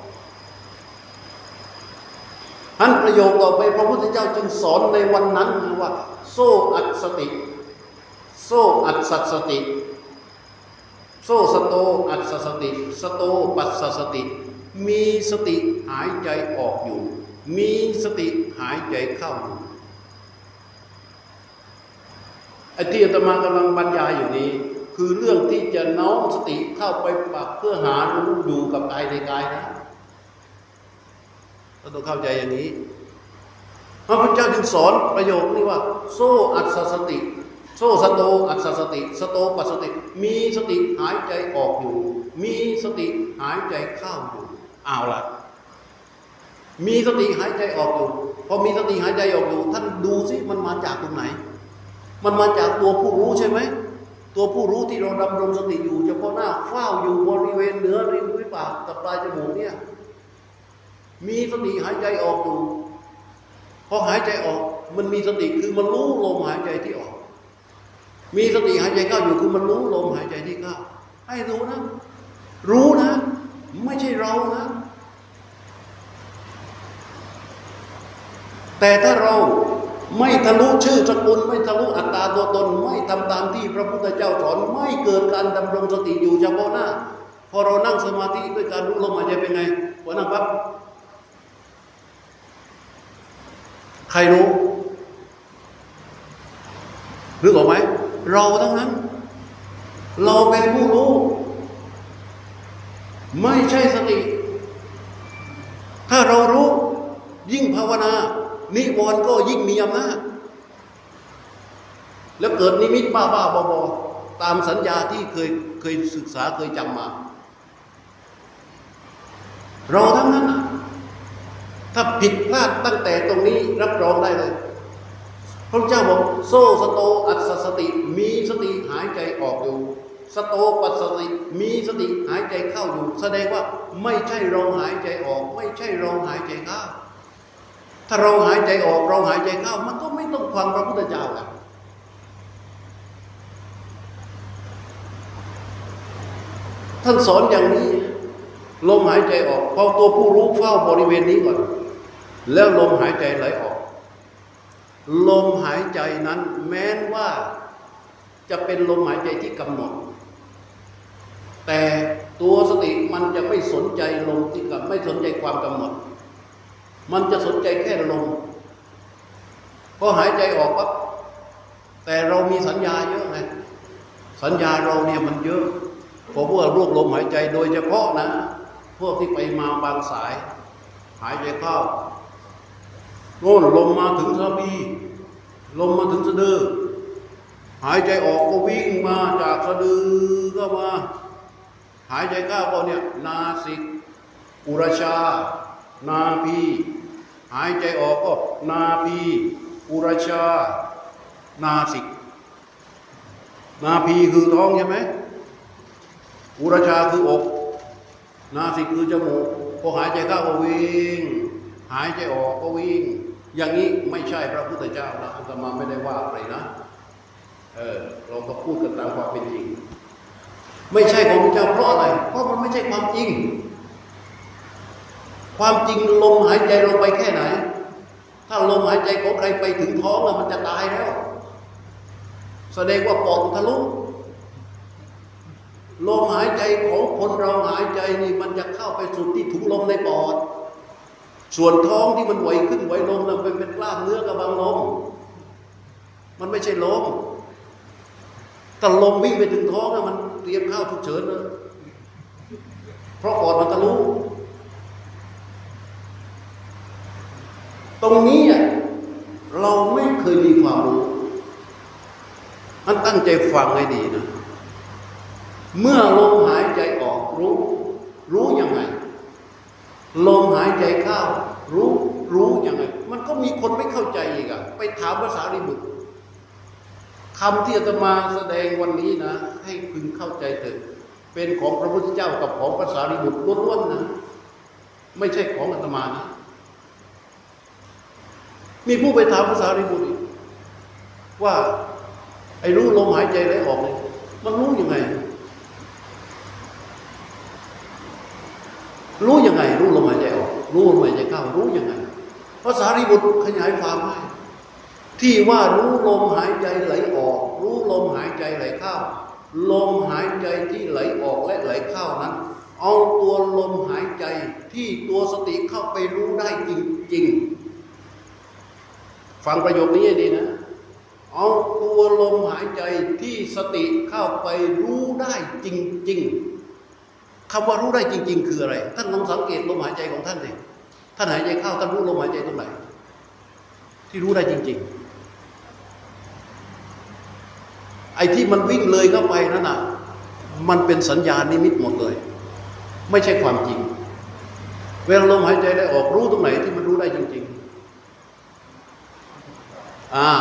อันประโยคต่อไปพระพุทธเจ้าจึงสอนในวันนั้นว่าโซอัตสติโซอัตสัตสติโซสโตอัตสสติสโตปัสสสติมีสติหายใจออกอยู่มีสติหายใจเข้าอยู่ไอ้ที่อาตมากำลังบรรยายอยู่นี้คือเรื่องที่จะน้อมสติเข้าไปปรับเพื่อหารู้อยู่กับกายในกายนะเราต้องเข้าใจอย่างนี้พระพุทธเจ้าจึงสอนประโยคนี้ว่าโซอัตสสติโซสโตอัตสสติสโตปัสสติมีสติหายใจออกอยู่มีสติหายใจเข้าอยู่เอาล่ะมีสติหายใจออกอยู่พอมีสติหายใจออกอยู่ท่านดูสิมันมาจากตรงไหนมันมาจากตัวผู้รู้ใช่ไหมตัวผู้รู้ที่เราดำรงสติอยู่เฉพาะหน้าเฝ้าอยู่บริเวณเหนือริมฝีปากกับปลายจมูกเนี่ยมีสติหายใจออกอยู่พอหายใจออกมันมีสติคือมันรู้ลมหายใจที่ออกมีสติหายใจเข้าอยู่คือมันรู้ลมหายใจที่เข้าให้รู้นะรู้นะไม่ใช่เรานะแต่ถ้าเราไม่ทะลุชื่อสกุลไม่ทะลุอัตตาตัวตนไม่ทำตามที่พระพุทธเจ้าสอนไม่เกิดการดำรงสติอยู่เฉพาะหน้าพอเรานั่งสมาธิด้วยการรู้ลมหายใจเป็นไงพอนั่งปั๊บใครรู้นึกออกไหมเราทั้งนั้นเราเป็นผู้รู้ไม่ใช่สติถ้าเรารู้ยิ่งภาวนานิวรณ์ก็ยิ่งมีอำนาจแล้วเกิดนิมิตบ้าบ้าบอบอตามสัญญาที่เคยเคยศึกษาเคยจำมาเราทั้งนั้นถ้าผิดพลาดตั้งแต่ตรงนี้รับรองได้เลยพระเจ้าบอกโซสโตอัสสติมีสติหายใจออกอยู่สโตปัสสติมีสติหายใจเข้าอยู่แสดงว่าไม่ใช่เราหายใจออกไม่ใช่เราหายใจเข้าถ้าเราหายใจออกเราหายใจเข้ามันก็ไม่ต้องฟังพระพุทธเจ้ากันท่านสอนอย่างนี้ลมหายใจออกพอตัวผู้รู้เฝ้าบริเวณนี้ก่อนแล้วลมหายใจไหลออกลมหายใจนั้นแม้นว่าจะเป็นลมหายใจที่กำหนดแต่ตัวสติมันจะไม่สนใจลมที่กำไม่สนใจความกำหนดมันจะสนใจแค่ลมพอหายใจออกปั๊บแต่เรามีสัญญาเยอะไงสัญญาเราเนี่ยมันเยอะพอพวกรวบลมหายใจโดยเฉพาะนะพวกที่ไปมาบางสายหายใจเข้าโน่นลมมาถึงสะบีลมมาถึงสะดือหายใจออกก็วิ่งมาจากสะดือก็มาหายใจเข้าก็เนี่ยนาสิกอุรชานาพีหายใจออกก็นาพีอุรชานาสิกนาพีคือท้องใช่ไหมอุรชาคืออกนาสิกคือจมูกพอหายใจเข้าก็วิ่งหายใจออกก็วิ่งอย่างนี้ไม่ใช่พระพุทธเจ้านะอาตมาไม่ได้ว่าอะไรนะเออเราก็พูดกันตามความเป็นจริงไม่ใช่ของพระเจ้าเพราะอะไรเพราะมันไม่ใช่ความจริงความจริงลมหายใจเราไปแค่ไหนถ้าลมหายใจของใครไปถึงท้องแล้วมันจะตายแล้วแสดงว่าปอดทะลุลมหายใจของคนเราหายใจนี่มันจะเข้าไปสู่ที่ถุงลมในปอดส่วนท้องที่มันไหวขึ้นไหวลงนั้นเป็นกล้ามเนื้อกระบังลมมันไม่ใช่ลมถ้าลมวิ่งไปถึงท้องแล้วมันเตรียมข้าวฉุกเฉินเลยเพราะปอดมันทะลุตรงนี้เราไม่เคยมีความรู้มันตั้งใจฟังให้ดีนะเมื่อลมหายใจออกรู้รู้ยังไงลมหายใจเข้ารู้รู้ยังไงมันก็มีคนไม่เข้าใจอีกอะไปถามภาษาริบุตรคำที่อาตมาแสดงวันนี้นะให้พึงเข้าใจเถิดเป็นของพระพุทธเจ้ากับของภาษาริบุตรล้วนๆนะไม่ใช่ของอาตมานะมีผู้ไปถามภาษาริบุตรว่าไอ้รู้ลมหายใจไหลออกเนี่ยมันรู้ยังไงรู้ยังไงรู้ลมหายใจออกรู้ลมหายใจเข้ารู้ยังไงภาษาริบุตรขยายความให้ที่ว่ารู้ลมหายใจไหลออกรู้ลมหายใจไหลเข้าลมหายใจที่ไหลออกและไหลเข้านั้นเอาตัวลมหายใจที่ตัวสติเข้าไปรู้ได้จริงๆฟังประโยคนี้ให้ดีนะเอาตัวลมหายใจที่สติเข้าไปรู้ได้จริงๆคำว่ารู้ได้จริงๆคืออะไรท่านลองสังเกตลมหายใจของท่านสิท่านหายใจเข้าท่านรู้ลมหายใจตรงไหนที่รู้ได้จริงๆไอ้ที่มันวิ่งเลยเข้าไปนั่นน่ะมันเป็นสัญญาณนิมิตหมดเลยไม่ใช่ความจริงเวลาลมหายใจได้ออกรู้ตรงไหนที่มันรู้ได้จริงๆอ่า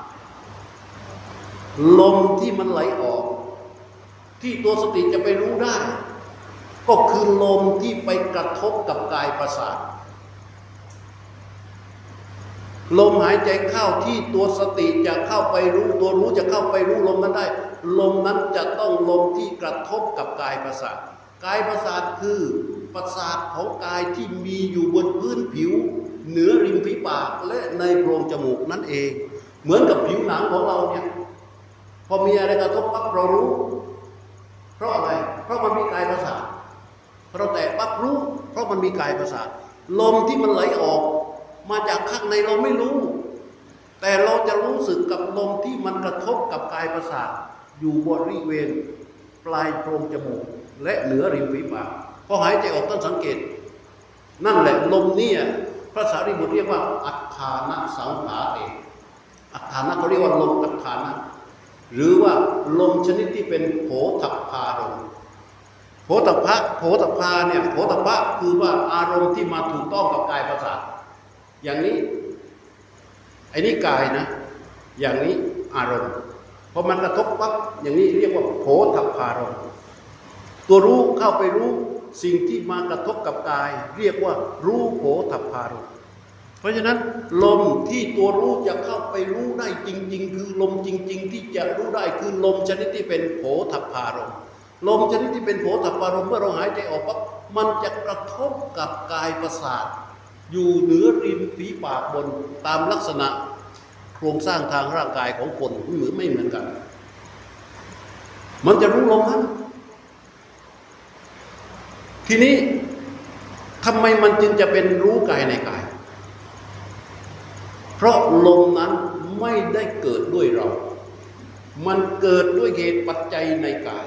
ลมที่มันไหลออกที่ตัวสติจะไปรู้ได้ก็คือลมที่ไปกระทบกับกายประสาทลมหายใจเข้าที่ตัวสติจะเข้าไปรู้ตัวรู้จะเข้าไปรู้ลมนั้นได้ลมนั้นจะต้องลมที่กระทบกับกายประสาทกายประสาทคือประสาทของกายที่มีอยู่บนพื้นผิวเหนือริมฝีปากและในโพรงจมูกนั่นเองเหมือนกับผิวหนังของเราเนี่ยพอมีอะไรกระทบปั๊บเรารู้เพราะอะไรเพราะมันมีกายประสาทเราแตะปั๊บรู้เพราะมันมีกายประสาทลมที่มันไหลออกมาจากข้างในเราไม่รู้แต่เราจะรู้สึกกับลมที่มันกระทบกับกายประสาทอยู่บริเวณปลายโพรงจมูกและเหนือริมฝีปากพอหายใจออกต้องสังเกตนั่นแหละลมนี่พระสารีบุตรเรียกว่าอัฏฐานะสังขาเองอัฏฐานะเขาเรียกว่าลมอัฏฐานะหรือว่าลมชนิดที่เป็นโผฏฐัพพารมณ์โผฏฐัพพะโผฏฐัพพาเนี่ยโผฏฐัพพะคือว่าอารมณ์ที่มาถูกต้องกับกายประสาทอย่างนี้ไอ้นี่กายนะอย่างนี้อารมณ์พอมันกระทบปั๊บอย่างนี้เรียกว่าโผฏฐัพพารมณ์ตัวรู้เข้าไปรู้สิ่งที่มากระทบกับกายเรียกว่ารู้โผฏฐัพพารมณ์เพราะฉะนั้นลมที่ตัวรู้จะเข้าไปรู้ได้จริงๆคือลมจริงๆที่จะรู้ได้คือลมชนิดที่เป็นโผฏฐัพพารมณ์ลมชนิดที่เป็นโผฏฐัพพารมณ์เมื่อเราหายใจออกปั๊บมันจะกระทบกับกายประสาทอยู่เหนือริมฝีปากบนตามลักษณะโครงสร้างทางร่างกายของคนเหมือนไม่เหมือนกันมันจะรู้ลมนั้นทีนี้ทำไมมันจึงจะเป็นรู้กายในกายเพราะลมนั้นไม่ได้เกิดด้วยเรามันเกิดด้วยเหตุปัจจัยในกาย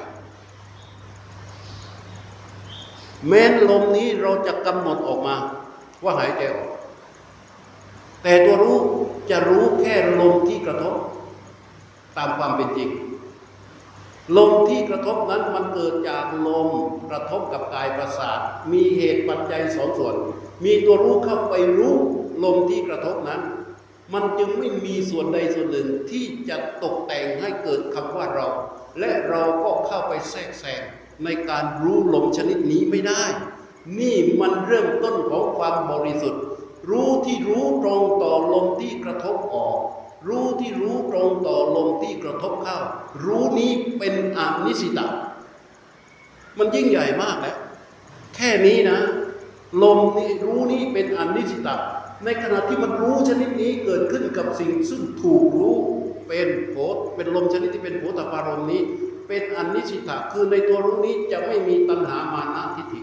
แม้นลมนี้เราจะกำหนดออกมาว่าหายใจออกแต่ตัวรู้จะรู้แค่ลมที่กระทบตามความเป็นจริงลมที่กระทบนั้นมันเกิดจากลมกระทบกับกายประสาทมีเหตุปัจจัยสองส่วนมีตัวรู้เข้าไปรู้ลมที่กระทบนั้นมันจึงไม่มีส่วนใดส่วนหนึ่งที่จะตกแต่งให้เกิดคำว่าเราและเราก็เข้าไปแทรกแซงในการรู้ลมชนิดนี้ไม่ได้นี่มันเริ่มต้นของความบริสุทธิ์รู้ที่รู้ตรงต่อลมที่กระทบออกรู้ที่รู้ตรงต่อลมที่กระทบเข้ารู้นี้เป็นอนิสิตะมันยิ่งใหญ่มากแล้วแค่นี้นะลมนี้รู้นี้เป็นอนิสิตะในขณะที่มันรู้ชนิดนี้เกิดขึ้นกับสิ่งซึ่งถูกรู้เป็นโผฏเป็นลมชนิดที่เป็นโผฏฐัพพารมณ์นี้เป็นอนิสิตะคือในตัวรู้นี้จะไม่มีตัณหามานะทิฏฐิ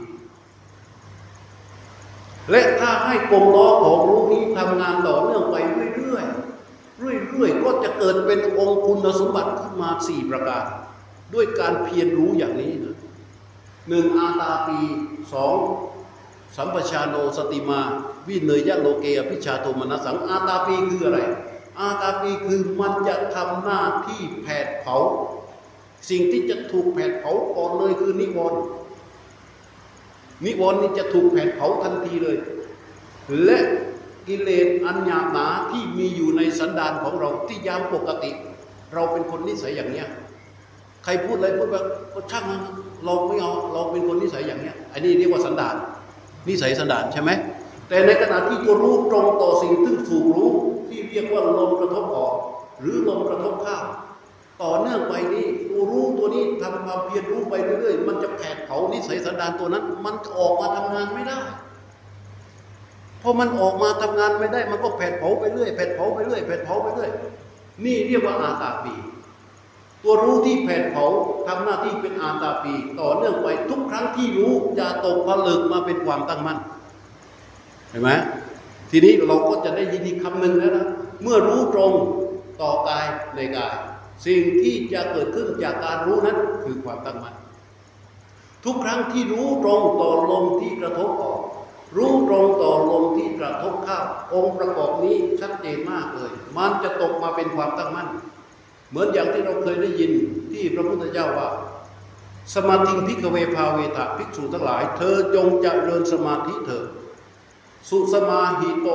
และถ้าให้กลมล้อของรู้นี้ทำงานต่อเนื่องไปเรื่อยเรื่อยๆก็จะเกิดเป็นองค์คุณสมบัติขึ้นมาสี่ประการด้วยการเพียรรู้อย่างนี้นะหนึ่งอาตาปีสองสัมปชาโนสติมาวิเนยยะโลเกอภิชาโทมนัสสังอาตาปีคืออะไรอาตาปีคือมันจะทำหน้าที่แผดเผาสิ่งที่จะถูกแผดเผาก่อนเลยคือนิวรณ์นิวรณ์นี่จะถูกแผดเผาทันทีเลยและกิเลสอันหยาบหนาที่มีอยู่ในสันดานของเราที่ยามปกติเราเป็นคนนิสัยอย่างเนี้ยใครพูดอะไรพูดแบบก็ช่างเราไม่เอาเราเป็นคนนิสัยอย่างเนี้ยอันนี้เรียกว่าสันดานนิสัยสันดานใช่ไหมแต่ในขณะที่ตัวรู้ตรงต่อสิ่งที่ถูกรู้ที่เรียกว่าลมกระทบออกหรือลมกระทบเข้าต่อเนื่องไปนี้ตัวรู้ตัวนี้ทำความเพียรรู้ไปเรื่อยๆมันจะแผดเผานิสัยสันดานตัวนั้นมันออกมาทำงานไม่ได้พอมันออกมาทำงานไม่ได้มันก็แผดเผาไปเรื่อยแผดเผาไปเรื่อยแผดเผาไปเรื่อยนี่เรียกว่าอาตาปีตัวรู้ที่แผดเผาทำหน้าที่เป็นอาตาปีต่อเนื่องไปทุกครั้งที่รู้จะตกผลึกมาเป็นความตั้งมั่นเห็นไหมทีนี้เราก็จะได้ยินอีกคำหนึ่งแล้วนะเมื่อรู้ตรงต่อกายในกายสิ่งที่จะเกิดขึ้นจากการรู้นั้นคือความตั้งมั่นทุกครั้งที่รู้ตรงต่อลมที่กระทบออกรู้ตรงต่อลมที่กระทบเข้าองค์ประกอบนี้ชัดเจนมากเลยมันจะตกมาเป็นความตั้งมั่นเหมือนอย่างที่เราเคยได้ยินที่พระพุทธเจ้าว่าสมาธิภิกขเวภาเวทะภิกษุทั้งหลายเธอจงเจริญสมาธิเถิดสุสมาหิโต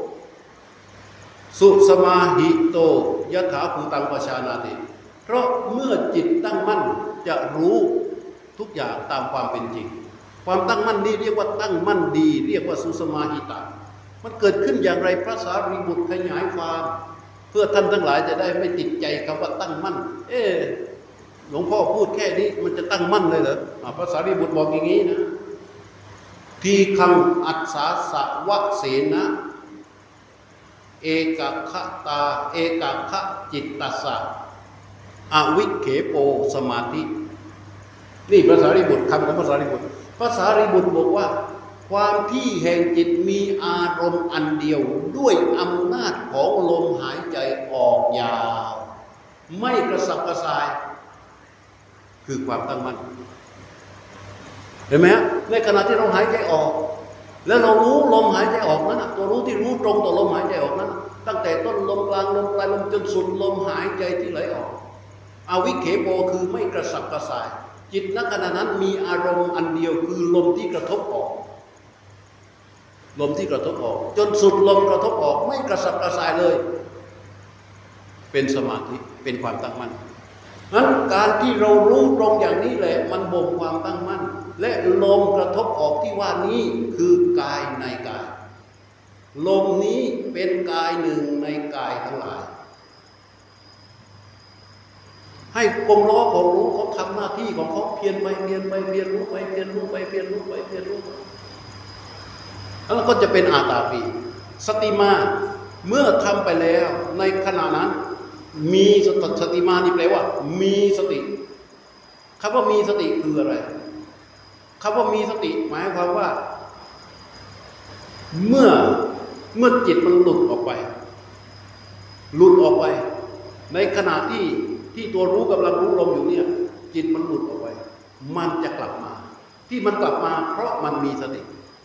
สุสมาหิโตยถาภูตังปชานาติเพราะเมื่อจิตตั้งมั่นจะรู้ทุกอย่างตามความเป็นจริงความตั้งมั่นนี้เรียกว่าตั้งมั่นดีเรียกว่าสุสมาหิตามันเกิดขึ้นอย่างไรพระสารีบุตรขยายความเพื่อท่านทั้งหลายจะได้ไม่ติดใจคำว่าตั้งมั่นเอ๊ะหลวงพ่อพูดแค่นี้มันจะตั้งมั่นเลยเหรอพระสารีบุตรบอกอย่างนี้นะทีคังอัสสาสะวะเสนะเอกคตาเอกคจิตตัสสะอวิเขโปสมาธินี่พระสารีบุตรคำของพระสารีบุตรพระสารีบุตรบอกว่าความที่แห่งจิตมีอารมณ์อันเดียวด้วยอำนาจของลมหายใจออกยาวไม่กระสับกระส่ายคือความตั้งมั่นเห็นไหมฮะในขณะที่เราหายใจออกแล้วเรารู้ลมหายใจออกนั้นตัวรู้ที่รู้ตรงต่อลมหายใจออกนั้นตั้งแต่ต้นลมกลางลมปลายลมจนสุดลมหายใจที่ไหลออกอวิเขโปคือไม่กระสับกระส่ายจิตณขณะนั้นมีอารมณ์อันเดียวคือลมที่กระทบออกลมที่กระทบออกจนสุดลมกระทบออกไม่กระสับกระส่ายเลยเป็นสมาธิเป็นความตั้งมั่นนั้นการที่เรารู้ตรงอย่างนี้แหละมันบ่มความตั้งมั่นและลมกระทบออกที่ว่านี้คือกายในกายลมนี้เป็นกายหนึ่งในกายทั้งหลายให้กลมล้อของรู้เขาทำหน้าที่ของเขาเพียรไปเพียรไปเพียรรู้ไปเพียรรู้ไปเพียรรู้ไปเพียรรู้แล้วก็จะเป็นอาตาปีสติมาเมื่อทำไปแล้วในขณะนั้นมีสติสติมานี่แปลว่ามีสติคำว่ามีสติคืออะไรคำว่ามีสติหมายความว่าเมื่อเมื่อจิตมันหลุดออกไปหลุดออกไปในขณะที่ที่ตัวรู้กำลังรู้ลมอยู่เนี่ยจิตมันหลุดออกไปมันจะกลับมาที่มันกลับมาเพราะมันมีสติ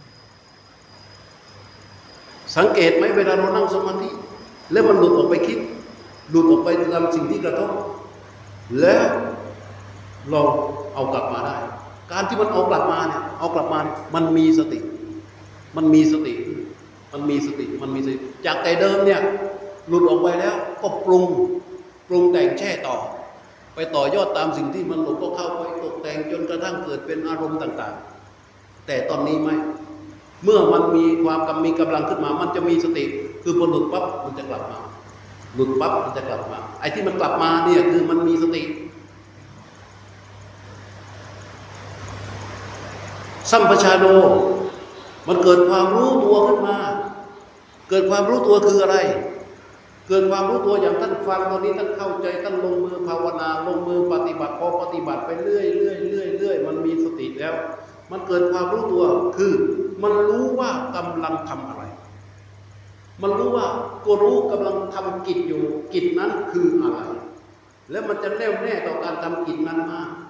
สังเกตไหมเวลาเรานั่งสมาธิแล้วมันหลุดออกไปคิดหลุดออกไปทำสิ่งที่กระทบแล้วเราเอากลับมาได้การที่มันเอากลับมาเนี่ยเอากลับมามันมีสติมันมีสติมันมีสติมันมีสติจากแต่เดิมเนี่ยหลุดออกไปแล้วก็ปรุงปรุงแต่งแช่ต่อไปต่อยอดตามสิ่งที่มันหลุดก็เข้าไปตกแต่งจนกระทั่งเกิดเป็นอารมณ์ต่างๆแต่ตอนนี้ไม่เมื่อมันมีความกำมีกำลังขึ้นมามันจะมีสติคือพอหลุดปั๊บมันจะกลับมาหลุดปั๊บมันจะกลับมาไอ้ที่มันกลับมาเนี่ยคือมันมีสติสัมปชาโนมันเกิดความรู้ตัวขึ้นมาเกิดความรู้ตัวคืออะไรเกิดความรู้ตัวอย่างท่านฟังตอนนี้ท่านเข้าใจท่านลงมือภาวนาลงมือปฏิบัติพอปฏิบัติไปเรื่อยเรื่อยเรื่อยเรื่อยมันมีสติแล้วมันเกิดความรู้ตัวคือมันรู้ว่ากำลังทำอะไรมันรู้ว่าตัวรู้กำลังทำกิจอยู่กิจนั้นคืออะไรแล้วมันจะแน่วแน่ต่อการทำกิจนั้นมาก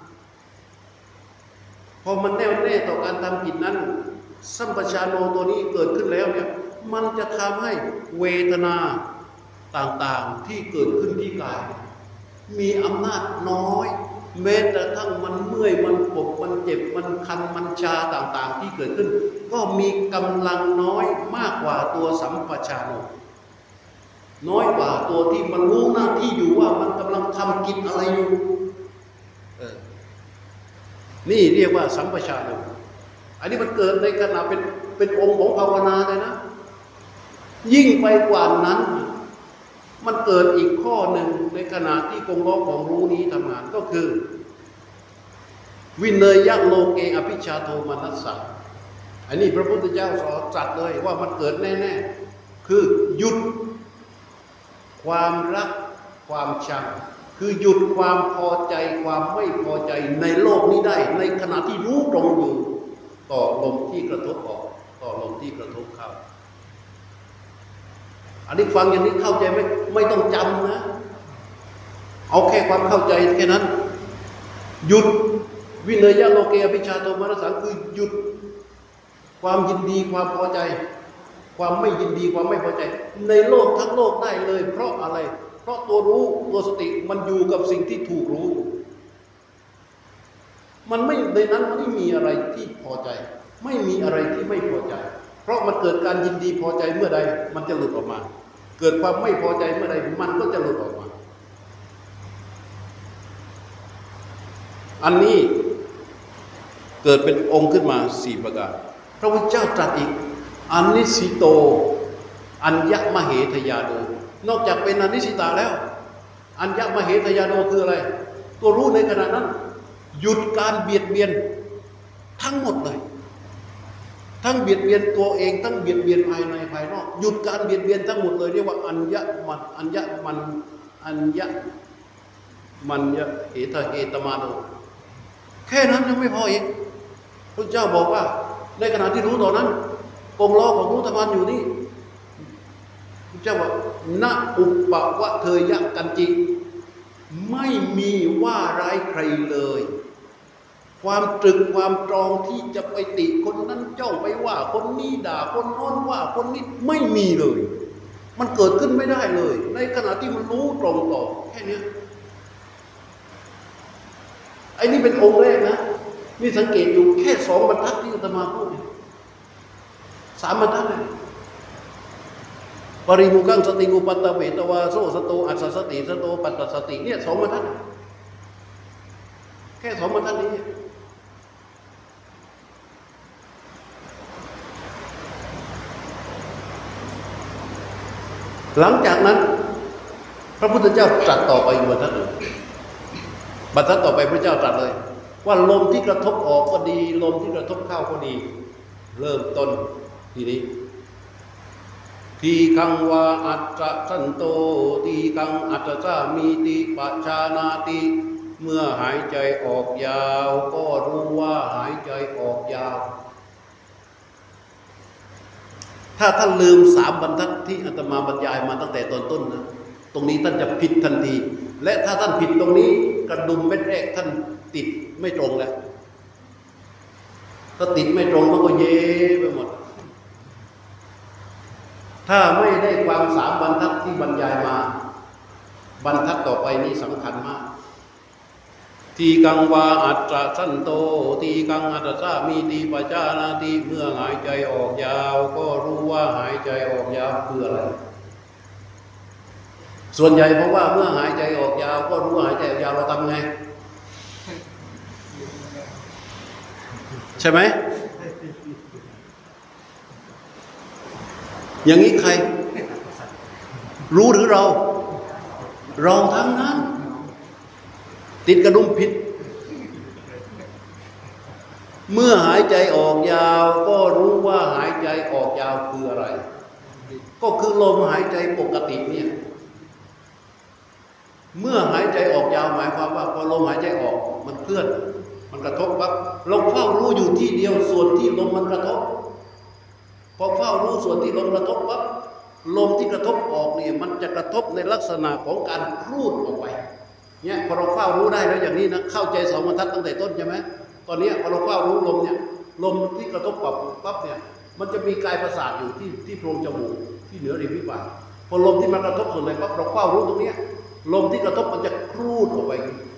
พอมันแน่วแน่ต่อการทำกิจนั้นสัมปชานโนตัวนี้เกิดขึ้นแล้วเนี่ยมันจะทำให้เวทนาต่างๆที่เกิดขึ้นที่กายมีอำนาจน้อยแม้แต่ทั้งมันเมื่อยมันปวดมันเจ็บมันคันมันชาต่างๆที่เกิดขึ้นก็มีกำลังน้อยมากกว่าตัวสัมปชานโนน้อยกว่าตัวที่มันรู้หน้าที่อยู่ว่ามันกำลังทำกิจอะไรอยู่เออนี่เรียกว่าสัมปชานโนอันนี้มันเกิดในขณะเป็นเป็นองค์ของภาวนาเลยนะยิ่งไปกว่านั้นมันเกิดอีกข้อหนึ่งในขณะที่กงล้อของรู้นี้ทำงานก็คือวินเนยยะโลเกอภิชาโทมนัสสะอันนี้พระพุทธเจ้าสอนตรัสเลยว่ามันเกิดแน่ๆคือหยุดความรักความชังคือหยุดความพอใจความไม่พอใจในโลกนี้ได้ในขณะที่รู้ตรงอยู่ต่อลมที่กระทบออกต่อลมที่กระทบเข้าอันนี้ฟังอย่างนี้เข้าใจไหมไม่ต้องจำนะเอาแค่ความเข้าใจแค่นั้นหยุดวิเนยะโลเกอภิชาโทมนัสสะคือหยุดความยินดีความพอใจความไม่ยินดีความไม่พอใจในโลกทั้งโลกได้เลยเพราะอะไรเพราะตัวรู้ตัวสติมันอยู่กับสิ่งที่ถูกรู้มันไม่ในนั้นไม่มีอะไรที่พอใจไม่มีอะไรที่ไม่พอใจเพราะมันเกิดการยินดีพอใจเมื่อใดมันจะหลุดออกมาเกิดความไม่พอใจเมื่อใดมันก็จะหลุดออกมาอันนี้เกิดเป็นองค์ขึ้นมาสี่ประการพระพุทธเจ้าตรัสอีกอนิสิโตอัญญมเหทยาโดนอกจากเป็นอนิสิตาแล้วอัญญมเหทยาโดคืออะไรตัวรู้ในขณะนั้นหยุดการเบียดเบียนทั้งหมดเลยทั้งเบียดเบียนตัวเองทั้งเบียดเบียนภายในภายนอกหยุดการเบียดเบียนทั้งหมดเลยเรียกว่าอัญญมันอัญญมันอัญญมันยะเหตเหตมาโนแค่นั้นยังไม่พออีกพระเจ้าบอกว่าในขณะที่รู้ตอนนั้นกงล้อของรู้ธรรมอยู่นี่พระเจ้าบอกณอุปวะเทยะกันจิไม่มีว่าร้ายใครเลยความตรึกความตรองที่จะไปติคนนั้นเจ้าไปว่าคนนี้ด่าคนโน้นว่าคนนี้ไม่มีเลยมันเกิดขึ้นไม่ได้เลยในขณะที่มันรู้ตรงต่อแค่นี้ไอ้นี่เป็นองค์แรกนะนี่สังเกตอยู่แค่สองบรรทัดที่อาตมาพูดสามบรรทัดเลยปริมุขังสติงูปัตตะเวตวาโสสโตอัสสติสโตปัตตสติเนี่ยสองบรรทัดแค่สองบรรทัดนี้หลังจากนั้นพระพุทธเจ้าตรัสต่อไปอีกบรรทัดหนึ่งบรรทัดต่อไปพระเจ้าตรัสเลยว่าลมที่กระทบออกก็ดีลมที่กระทบเข้าก็ดีเริ่มต้นทีนี้ทีคังวาอัจฉสันโตทีคังอัจฉามีติปัจจานาติเมื่อหายใจออกยาวก็รู้ว่าหายใจออกยาวถ้าท่านลืมสามบรรทัดที่อาตมาบรรยายมาตั้งแต่ตอนต้นนะตรงนี้ท่านจะผิดทันทีและถ้าท่านผิดตรงนี้กระดุมเม็ดแรกท่านติดไม่ตรงแล้วถ้าติดไม่ตรงมันก็เย้ไปหมดถ้าไม่ได้ความสามบรรทัดที่บรรยายมาบรรทัดต่อไปนี้สำคัญมากทีกังวาอัจฉสันโตทีกังอัจฉามีติปัจจานาติเมื่อหายใจออกยาวก็รู้ว่าหายใจออกยาวคืออะไรส่วนใหญ่เพราะว่าเมื่อหายใจออกยาวก็รู้ว่าหายใจออกยาวเราทำไงใช่ไหมอย่างนี้ใครรู้หรือเราเราทั้งนั้นติดกระดุมผิดเมื่อหายใจออกยาวก็รู้ว่าหายใจออกยาวคืออะไรก็คือลมหายใจปกติเนี่ยเมื่อหายใจออกยาวหมายความว่าพอลมหายใจออกมันเคลื่อนมันกระทบปั๊บเราเฝ้ารู้อยู่ที่เดียวส่วนที่ลมมันกระทบพอเฝ้ารู้ส่วนที่ลมกระทบปั๊บลมที่กระทบออกเนี่ยมันจะกระทบในลักษณะของการครูดออกไปเนี่ยพอเราเฝ้ารู้ได้แล้วอย่างนี้นะเข้าใจสองบรรทัดตั้งแต่ต้นใช่ไหมตอนนี้พอเราเฝ้ารู้ลมเนี่ยลมที่กระทบปั๊บปั๊บเนี่ยมันจะมีกายประสาทอยู่ที่ที่โพรงจมูกที่เหนือริมฝีปากพอลมที่มันกระทบส่วนไหนปั๊บเราเฝ้ารู้ตรงนี้ลมที่กระทบมันจะครูดออกไป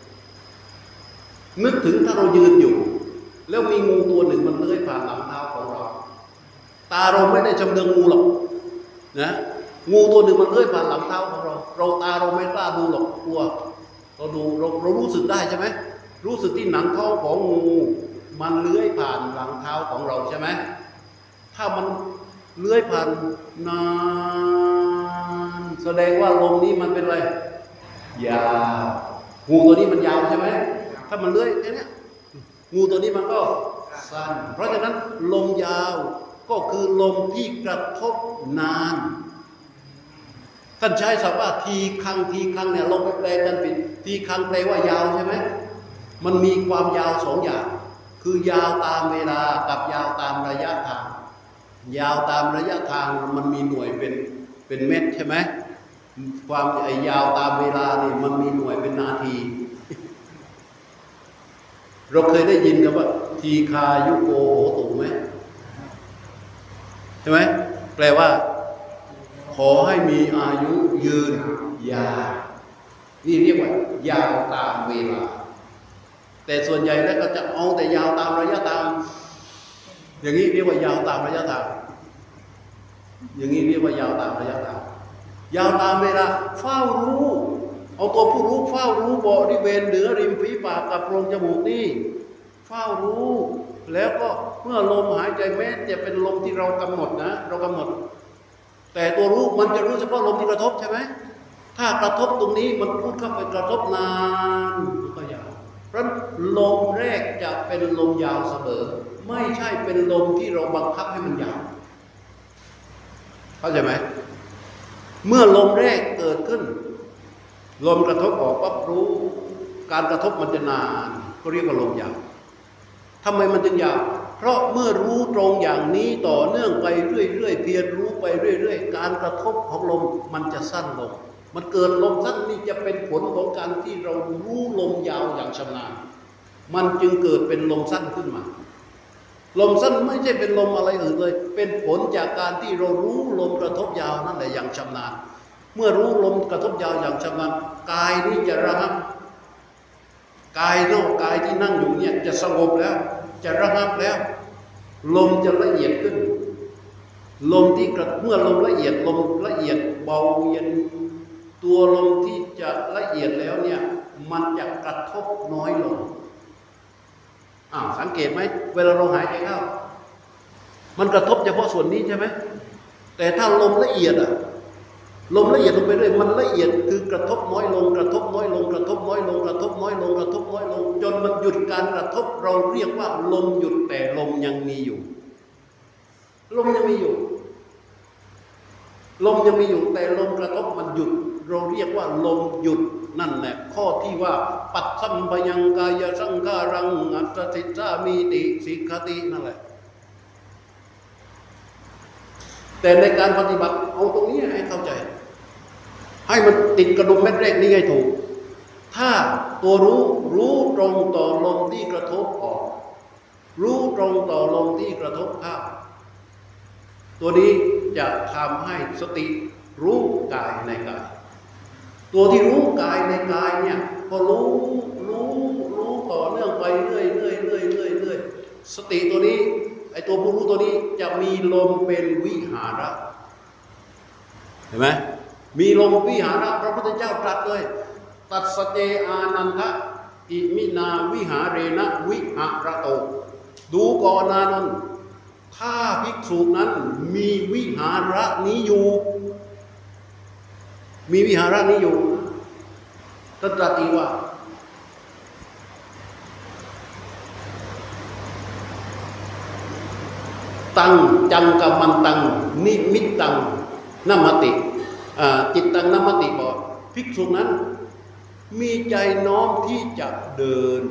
นึกถึงถ้าเรายืนอยู่แล้วมีงูตัวหนึ่งมันเลื้อยผ่านหลังเท้าของเราตาเราไม่ได้ชำเลืองงูหรอกนะงูตัวหนึ่งมันเลื้อยผ่านหลังเท้าของเราเราตาเราไม่กล้าดูหรอกกลัวเราดูเราเรารู้สึกได้ใช่ไหมรู้สึกที่หนังท้องของงูมันเลื้อยผ่านหลังเท้าของเราใช่ไหมถ้ามันเลื้อยผ่านนานแสดงว่าลมนี้มันเป็นอะไรยาวงูตัวนี้มันยาวใช่ไหมถ้ามันเลื้อยแค่นี้งูตัวนี้มันก็สั้นเพราะฉะนั้นลมยาวก็คือลมที่กระทบนานท่านใช้คำว่าทีคังทีคังเนี่ยลองไปแปลกันผิดทีคังแปลว่ายาวใช่ไหมมันมีความยาวสองอย่างคือยาวตามเวลากับยาวตามระยะทางยาวตามระยะทางมันมีหน่วยเป็นเป็นเม็ดใช่ไหมความไอ้ยาวตามเวลานี่มันมีหน่วยเป็นนาทีเราเคยได้ยินกันว่าทีคายุโกโหตุไหมใช่ไหมแปลว่าขอให้มีอายุยืนยาวนี่เรียกว่ายาวตามเวลาแต่ส่วนใหญ่แล้วก็จะเอาแต่ยาวตามระยะทางอย่างนี้เรียกว่ายาวตามระยะทางอย่างนี้เรียกว่ายาวตามระยะทางยาวตามเวลาเฝ้ารู้เอาตัวผู้รู้เฝ้ารู้บริเวณเหนือริมฝีปากกับโพรงจมูกนี่เฝ้ารู้แล้วก็เมื่อลมหายใจแม้จะเป็นลมที่เรากำหนดนะเรากำหนดแต่ตัวรู้มันจะรู้เฉพาะลมที่กระทบใช่ไหมถ้ากระทบตรงนี้มันพูดเข้าไปกระทบนานมันก็ยาวเพราะลมแรกจะเป็นลมยาวเสมอไม่ใช่เป็นลมที่เราบังคับให้มันยาวเข้าใจไหมเมื่อลมแรกเกิดขึ้นลมกระทบออกปั๊บรู้การกระทบมันจะนานก็เรียกว่าลมยาวทำไมมันจึงยาวเพราะเมื่อรู้ตรงอย่างนี้ต่อเนื่องไปเรื่อยๆเพียรรู้ไปเรื่อยๆการกระทบของลมมันจะสั้นลงมันเกิดลมสั้นนี่จะเป็นผลของการที่เรารู้ลมยาวอย่างชำนาญมันจึงเกิดเป็นลมสั้นขึ้นมาลมสั้นไม่ใช่เป็นลมอะไรอื่นเลยเป็นผลจากการที่เรารู้ลมกระทบยาวนั่นแหละอย่างชำนาญเมื่อรู้ลมกระทบยาวอย่างชำนาญกายนี้จะระงับกายนอกกายที่นั่งอยู่เนี่ยจะสงบแล้วจะระงับแล้วลมจะละเอียดขึ้นลมที่เมื่อลมละเอียดลมละเอียดเบาเย็นตัวลมที่จะละเอียดแล้วเนี่ยมันจะกระทบน้อยลงอ้าวสังเกตไหมเวลาเราหายใจเข้ามันกระทบเฉพาะส่วนนี้ใช่ไหมแต่ถ้าลมละเอียดอะลมละเอียดลงไปเรื่อยมันละเอียดคือกระทบน้อยลงกระทบน้อยลงกระทบน้อยลงกระทบน้อยลงกระทบน้อยลงจนมันหยุดการกระทบเราเรียกว่าลมหยุดแต่ลมยังมีอยู่ลมยังมีอยู่ลมยังมีอยู่แต่ลมกระทบมันหยุดเราเรียกว่าลมหยุดนั่นแหละข้อที่ว่าปัตสัมปยังกายสังขารังอัตติสามีติสิกขตินั่นแหละแต่ในการปฏิบัติเอาตรงนี้ให้เข้าใจให้มันติดกระดุมเม็ดแรกนี้ให้ถูกถ้าตัวรู้รู้ตรงต่อลมที่กระทบออกรู้ตรงต่อลมที่กระทบเข้าตัวนี้จะทำให้สติรู้กายในกายตัวที่รู้กายในกายเนี่ยพอรู้รู้รู้ต่อเนื่องไปเรื่อยเรื่อยเรื่อยเรื่อยเรื่อยสติตัวนี้ไอตัวผู้รู้ตัวนี้จะมีลมเป็นวิหาระเห็นไหมมีลมวิหาระพระพุทธเจ้าตรัสเลยตัสเจอานันทะอิมินาวิหาเรนะวิหาระโตดูก่อนานนท์ถ้าภิกษุนั้นมีวิหาระนี้อยู่มีวิหาระนี้อยู่ท่านตรัสว่าตังจังกัมมันตังนิมิตตังนัมมติจิตตังนัมมติบอกภิกษุนั้นมีใจน้อมที่จะเดิน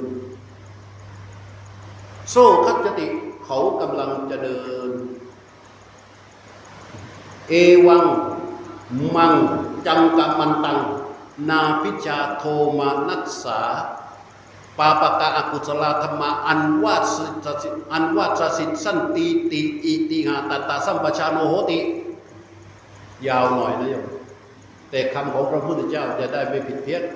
โซคัจจติเขากำลังจะเดินเอวังมังจังกะมันตังนาพิชาโทมานัสสาปาปะกะอกุศลธรรมะอันวาสิอันวาสสิสันติติอิติหาตตาสัมปชาโนโหติยาวหน่อยนะโยมแต่คำของพระพุทธเจ้าจะได้ไม่ผิดเพี้ยน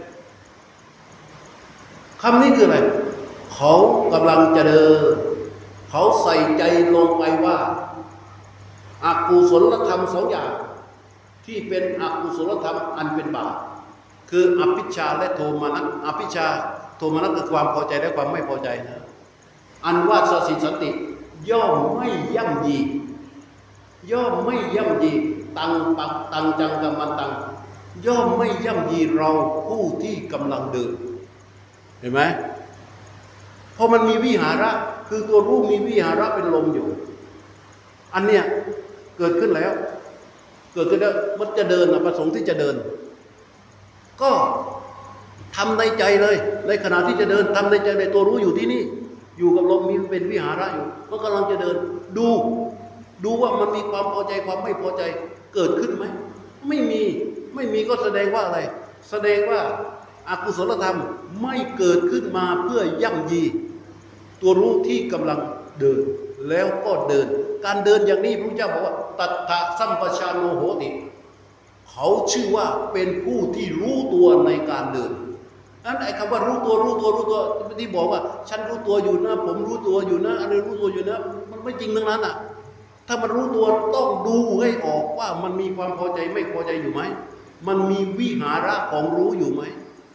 คำนี้คืออะไรเขากำลังจะเดินเขาใส่ใจลงไปว่าอกุศลธรรมสองอย่างที่เป็นอกุศลธรรมอันเป็นบาปคืออภิชฌาและโทมนัสอภิชฌาโทมนัสคือความพอใจและความไม่พอใจนะอันว่าสสิสันติย่อมไม่ย่ำยีย่อมไม่ย่ำยีตังปักตังจังกัมมันตังย่อมไม่ย่ำยีเราผู้ที่กำลังเดินเห็นไหมเพราะมันมีวิหาระคือตัวรู้มีวิหาระเป็นลมอยู่อันเนี้ยเกิดขึ้นแล้วเกิดขึ้นแล้วมันจะเดินนะประสงค์ที่จะเดินก็ทำในใจเลยในขณะที่จะเดินทำในใจในตัวรู้อยู่ที่นี่อยู่กับลมมีเป็นวิหาระอยู่มันกำลังจะเดินดูดูว่ามันมีความพอใจความไม่พอใจเกิดขึ้นไหมไม่มีไม่มีก็แสดงว่าอะไรแสดงว่าอกุศลธรรมไม่เกิดขึ้นมาเพื่อย่ำยีตัวรู้ที่กำลังเดินแล้วก็เดินการเดินอย่างนี้พระพุทธเจ้าบอกว่าตัทธะสัมปชาโนโหติเขาชื่อว่าเป็นผู้ที่รู้ตัวในการเดินนั้นไอ้คำว่ารู้ตัวรู้ตัวรู้ตัวที่บอกว่าฉันรู้ตัวอยู่นะผมรู้ตัวอยู่นะอะไรรู้ตัวอยู่นะมันไม่จริงทั้งนั้นอ่ะถ้ามันรู้ตัวต้องดูให้ออกว่ามันมีความพอใจไม่พอใจอยู่ไหมมันมีวิหาระของรู้อยู่ไหม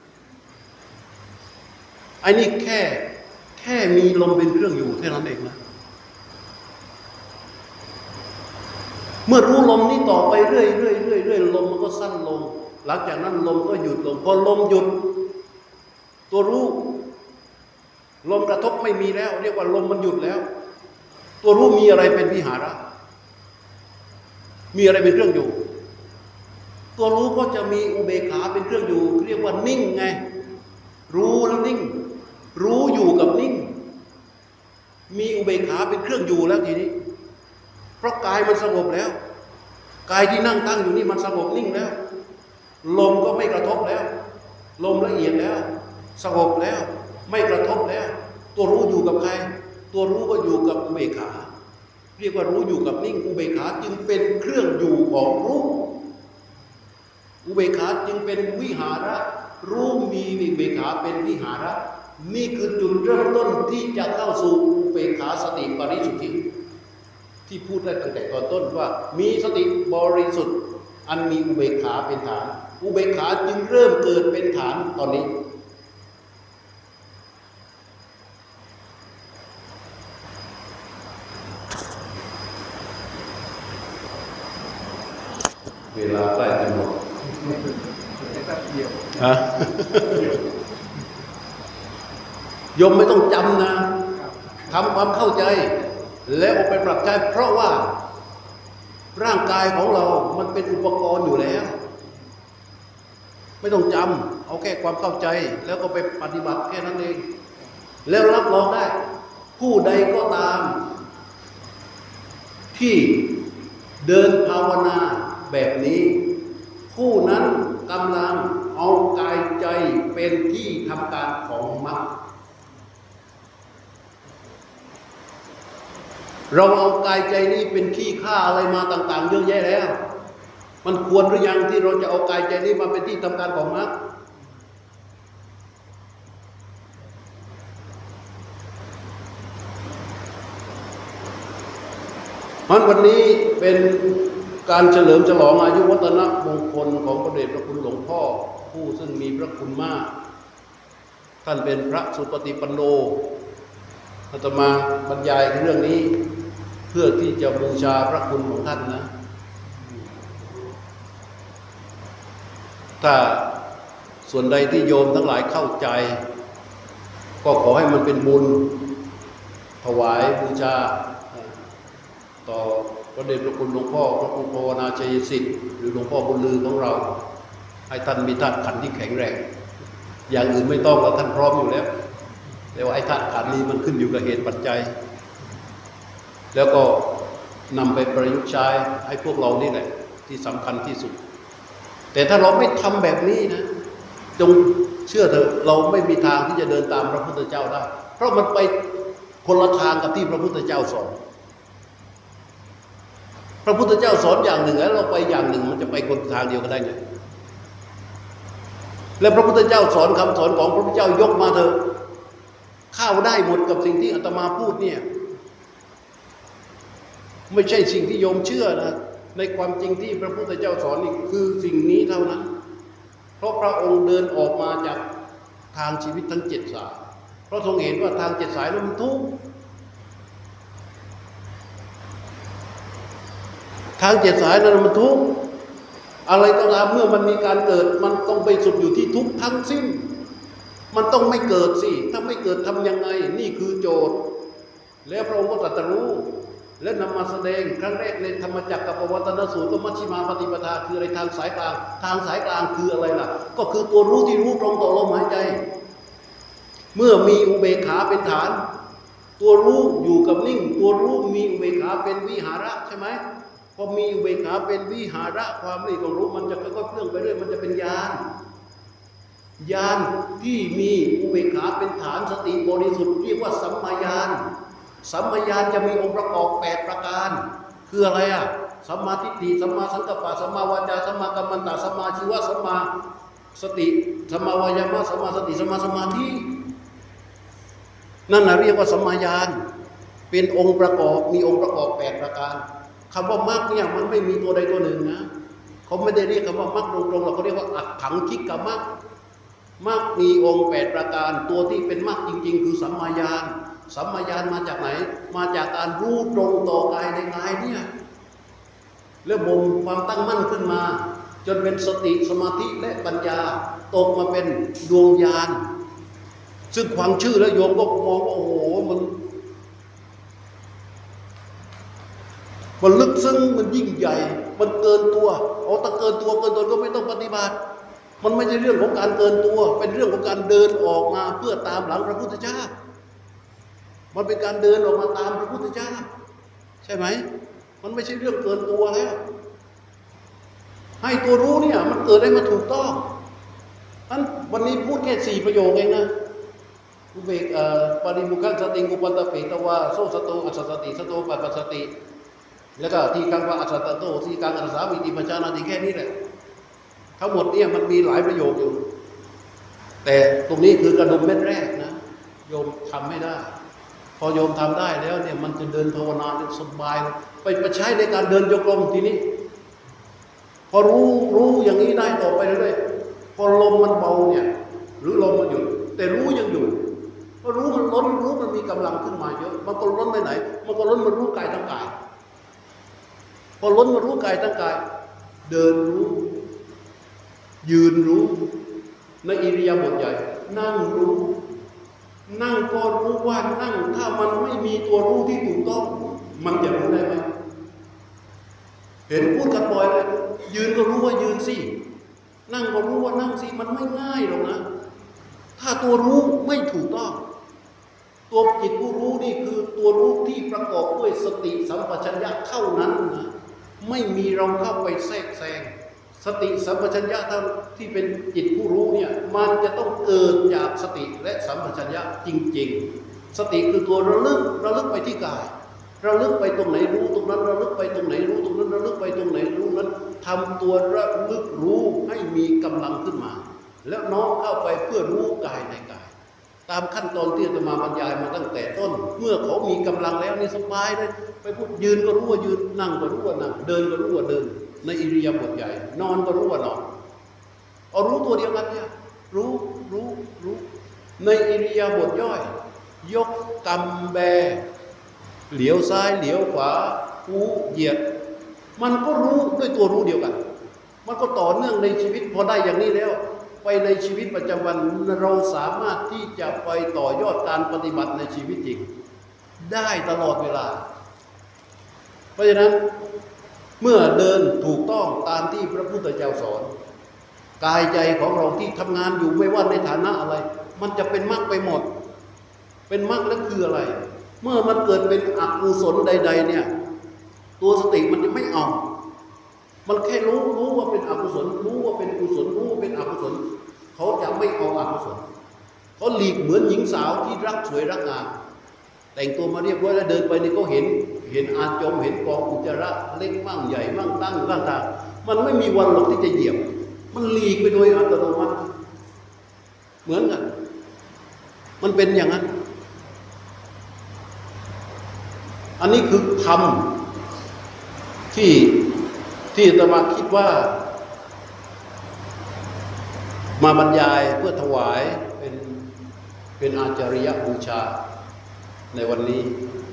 ไอ้นี่แค่แค่มีลมเป็นเครื่องอยู่แค่นั้นเองนะเมื่อรู้ลมนี้ต่อไปเรื่อยเรื่อยเรื่อยเรื่อยลมมันก็สั้นลงหลังจากนั้นลมก็หยุดลงพอลมหยุดตัวรู้ลมกระทบไม่มีแล้วเรียกว่าลมมันหยุดแล้วตัวรู้มีอะไรเป็นวิหาระมีอะไรเป็นเครื่องอยู่ตัวรู้ก็จะมีอุเบกขาเป็นเครื่องอยู่เรียกว่านิ่งไงรู้แล้วนิ่งรู้อยู่กับนิ่งมีอุเบกขาเป็นเครื่องอยู่แล้วทีนี้เพราะกายมันสงบแล้วกายที่นั่งตั้งอยู่นี่มันสงบนิ่งแล้วลมก็ไม่กระทบแล้วลมละเอียดแล้วสงบแล้วไม่กระทบแล้วตัวรู้อยู่กับใครตัวรู้ก็อยู่กับอุเบกขาเรียกว่ารู้อยู่กับนิ่งอุเบกขาจึงเป็นเครื่องอยู่ของรู้อุเบกขาจึงเป็นวิหาระรู้มีอุเบกขาเป็นวิหาระนี่คือจุดเริ่มต้นที่จะเข้าสู่อุเบกขาสติปริสุทธิที่พูดได้ตั้งแต่ตอนต้นว่ามีสติบริสุทธิ์อันมีอุเบกขาเป็นฐานอุเบกขาจึงเริ่มเกิดเป็นฐานตอนนี้เวลาใกล้จะหมดฮะโยมไม่ต้องจำนะทำความเข้าใจแล้วเอาไปปรับใช้เพราะว่าร่างกายของเรามันเป็นอุปกรณ์อยู่แล้วไม่ต้องจำเอาแค่ความเข้าใจแล้วก็ไปปฏิบัติแค่นั้นเองแล้วรับรองได้ผู้ใดก็ตามที่เดินภาวนาแบบนี้ผู้นั้นกำลังเอากายใจเป็นที่ทำการของมรรคเราเอากายใจนี้เป็นขี้ข้าอะไรมาต่างๆเยอะแยะแล้วมันควรหรือยังที่เราจะเอากายใจนี้มาเป็นที่ทำการของมรรคมันวันนี้เป็นการเฉลิมฉลองอายุวัฒนมงคลของพระเดชพระคุณหลวงพ่อผู้ซึ่งมีพระคุณมากท่านเป็นพระสุปฏิปันโนอาตมาบรรยายเรื่องนี้เพื่อที่จะบูชาพระคุณของท่านนะถ้าส่วนใดที่โยมทั้งหลายเข้าใจก็ขอให้มันเป็นบุญถวายบูชาต่อพระเดชพระคุณหลวงพ่อพระครูภาวนาชัยสิทธิ์หรือหลวงพ่อบุญลือของเราให้ท่านมีธาตุขันธ์ที่แข็งแรงอย่างอื่นไม่ต้องแล้วท่านพร้อมอยู่แล้วแต่ว่าไอ้ธาตุขันธ์นี้มันขึ้นอยู่กับเหตุปัจจัยแล้วก็นำไปประยุกต์ใช้ให้พวกเรานี่แหละที่สำคัญที่สุดแต่ถ้าเราไม่ทำแบบนี้นะจงเชื่อเถอะเราไม่มีทางที่จะเดินตามพระพุทธเจ้าได้เพราะมันไปคนละทางกับที่พระพุทธเจ้าสอนพระพุทธเจ้าสอนอย่างหนึ่งแล้วเราไปอย่างหนึ่งมันจะไปคนทางเดียวกันได้ไงและพระพุทธเจ้าสอนคำสอนของพระพุทธเจ้ายกมาเถอะเข้าได้หมดกับสิ่งที่อาตมาพูดเนี่ยไม่ใช่สิ่งที่โยมเชื่อนะในความจริงที่พระพุทธเจ้าสอนนี่คือสิ่งนี้เท่านั้นเพราะพระองค์เดินออกมาจากทางชีวิตทั้งเจ็ดสายเพราะทรงเห็นว่าทางเจ็ดสายนั้นมันทุกข์ทางเจ็ดสายนั้นมันทุกข์อะไรก็ตามเมื่อมันมีการเกิดมันต้องไปสุดอยู่ที่ทุกข์ทั้งสิ้นมันต้องไม่เกิดสิถ้าไม่เกิดทำยังไงนี่คือโจทย์แล้วพระองค์ก็ตรัสรู้และนำมาแสดงครั้งแรกในธรรมจักรกับปวัตตนสูตรก็มัชฌิมาปฏิปทาคืออะไรทางสายกลางทางสายกลางคืออะไรล่ะก็คือตัวรู้ที่รู้ตรงต่อลมหายใจเมื่อมีอุเบกขาเป็นฐานตัวรู้อยู่กับนิ่งตัวรู้มีอุเบกขาเป็นวิหาระใช่ไหมพอมีอุเบกขาเป็นวิหาระความรู้ของรู้มันจะค่อยๆเคลื่อนไปเรื่อยมันจะเป็นญาณญาณที่มีอุเบกขาเป็นฐานสติบริสุทธิ์เรียกว่าสัมมาญาณสัมมาญาณจะมีองค์ประกอบแปดประการคืออะไรอ่ะสัมมาทิฏฐิสัมมาสังกัปปะสัมมาวาจาสัมมากัมมันตะสัมมาชีวะสัมมาสติสัมมาวายามะสัมมาสติสัมมาสมาธินั่นน่ะเรียกว่าสัมมาญาณเป็นองค์ประกอบมีองค์ประกอบแปดประการคำว่ามรรคเนี่ยมันไม่มีตัวใดตัวหนึ่งนะเขาไม่ได้เรียกคำว่ามรรคตรงๆเราเขาเรียกว่าอัตถังคิกมรรคมรรคมีองค์แปดประการตัวที่เป็นมรรคจริงๆคือสัมมาญาณสัมมาญาณมาจากไหนมาจากการรู้ตรงต่อกายในกายเนี่ยแล้วบ่มความตั้งมั่นขึ้นมาจนเป็นสติสมาธิและปัญญาตกมาเป็นดวงญาณซึ่งฟังชื่อแล้วโยมก็มองว่าโอ้โหมันมันลึกซึ้งมันยิ่งใหญ่มันเกินตัวเอาแต่เกินตัวเกินตัวก็ไม่ต้องปฏิบัติมันไม่ใช่เรื่องของการเกินตัวเป็นเรื่องของการเดินออกมาเพื่อตามหลังพระพุทธเจ้ามันเป็นการเดินออกมาตามพระพุทธเจ้าใช่ไหมมันไม่ใช่เรื่องเกินตัวแล้วให้ตัวรู้เนี่ยมันเกิดได้มาถูกต้องนั้นวันนี้พูดแค่สี่ประโยคเองนะอุเบกปริมุขังสติกุปัตตปิตวาโสสโตอัสสติสโตปัปปัสสติแล้วก็ที่กังวะอัสสตโตที่กังอัสสาวิติปัญจานาติแค่นี้แหละทั้งหมดเนี่ยมันมีหลายประโยคอยู่แต่ตรงนี้คือกระดุมเม็ดแรกนะโยมทำไม่ได้พอโยมทำได้แล้วเนี่ยมันจะเดินภาวนาสบายไปไปใช้ในการเดินโยกลมทีนี้พอรู้รู้อย่างนี้ได้ต่อไปเรื่อยๆพอลมมันเบาเนี่ยหรือลมมันหยุดแต่รู้ยังอยู่พอรู้มันล้นรู้มันมีกำลังขึ้นมาเยอะมันก็ล้นไปไหนมันก็ล้นมารู้กายทั้งกายพอล้นมารู้กายทั้งกายเดินรู้ยืนรู้ในอิริยาบถใหญ่นั่งรู้นั่งก็รู้ว่านั่งถ้ามันไม่มีตัวรู้ที่ถูกต้องมันจะรู้ได้ไหมเห็นพูดกันบ่อยเลยยืนก็รู้ว่ายืนสินั่งก็รู้ว่านั่งสิมันไม่ง่ายหรอกนะถ้าตัวรู้ไม่ถูกต้องตัวจิตผู้รู้นี่คือตัวรู้ที่ประกอบด้วยสติสัมปชัญญะเท่านั้นนะไม่มีเราเข้าไปแทรกแซงสติสัมปชัญญะที่เป็นจิตผู้รู้เนี่ยมันจะต้องเกิดจากสติและสัมปชัญญะจริงๆสติคือตัวระลึกระลึกไปที่กายระลึกไปตรงไหนรู้ตรงนั้นระลึกไปตรงไหนรู้ตรงนั้นระลึกไปตรงไหนรู้นั้นทำตัวระลึกรู้ให้มีกำลังขึ้นมาแล้วน้อมเข้าไปเพื่อรู้กายในกายตามขั้นตอนที่อาตมาบรรยายมาตั้งแต่ต้นเมื่อเขามีกำลังแล้วนี่สบายเลยไปพูดยืนก็รู้ว่ายืนนั่งก็รู้ว่านั่งเดินก็รู้ว่าเดินในอิริยาบถใหญ่นอนก็รู้ว่านอนเอารู้ตัวเดียวกันเนี่ยรู้รู้รู้ในอิริยาบถย่อยยกกำแบเหลียวซ้ายเหลียวขวาหูเหยียดมันก็รู้ด้วยตัวรู้เดียวกันมันก็ต่อเนื่องในชีวิตพอได้อย่างนี้แล้วไปในชีวิตประจำวันเราสามารถที่จะไปต่อยอดการปฏิบัติในชีวิตจริงได้ตลอดเวลาเพราะฉะนั้นเมื่อเดินถูกต้องตามที่พระพุทธเจ้าสอนกายใจของเราที่ทำงานอยู่ไม่ว่าในฐานะอะไรมันจะเป็นมรรคไปหมดเป็นมรรคแล้วคืออะไรเมื่อมันเกิดเป็นอกุศลใดๆเนี่ยตัวสติมันจะไม่เอามันแค่รู้รู้ว่าเป็นอกุศลรู้ว่าเป็นกุศลรู้ว่าเป็นอกุศลเขาจะไม่เอาอกุศลเขาหลีกเหมือนหญิงสาวที่รักสวยรักงามแต่งตัวมาเรียบร้อยแล้วเดินไปนี่ก็เห็นเห็นอาจมเห็นกองอุจจาระเล็กมั่งใหญ่มั่งตั้งบ้างต่างมันไม่มีวันหรอกที่จะเหยียบมันหลีกไปโดยอัตโนมัติเหมือนกันมันเป็นอย่างนั้นอันนี้คือธรรมที่ที่อาตมาคิดว่ามาบรรยายเพื่อถวายเป็นเป็นอาจาริยบูชาในวันนี้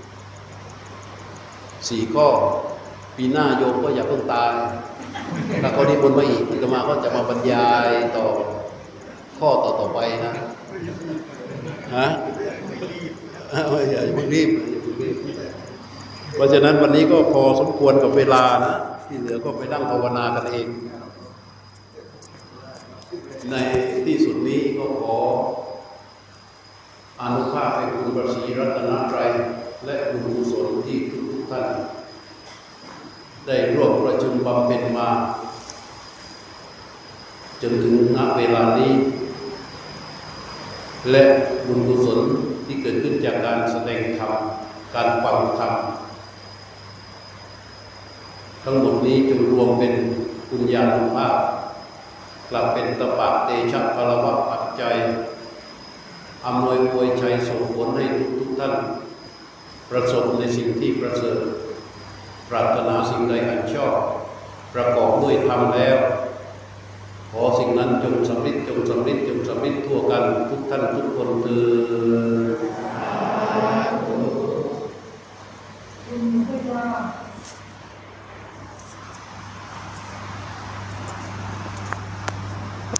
สี่ข้อปีหน้าโยมก็อย่าเพิ่งตายถ้าเขานิมนต์มาอีกอาตมาก็จะมาบรรยายต่อข้อต่อต่อไปนะฮะอย่าเพิ่งรีบเพราะฉะนั้นวันนี้ก็พอสมควรกับเวลานะที่เหลือก็ไปนั่งภาวนากันเองในที่สุดนี้ก็ขออนุภาพให้คุณพระศรีรัตนตรัยและบุญกุศลที่ทุกท่านได้ร่วมประชุมบำเพ็ญมาจนถึงณเวลานี้และบุญกุศลที่เกิดขึ้นจากการแสดงธรรมการฟังธรรมทั้งหมดนี้จงรวมเป็นปุญญานุภาพกลับเป็นตปะเตชะพลวะปัจจัยอำนวยอวยชัยส่งผลให้ทุกท่านประสบในสิ่งที่ประเสริฐปรารถนาสิ่งใดอันชอบประกอบด้วยธรรมแล้วขอสิ่งนั้นจงสำเร็จจงสำเร็จจงสำเร็จทั่วกันทุกท่านทุกคนเถิด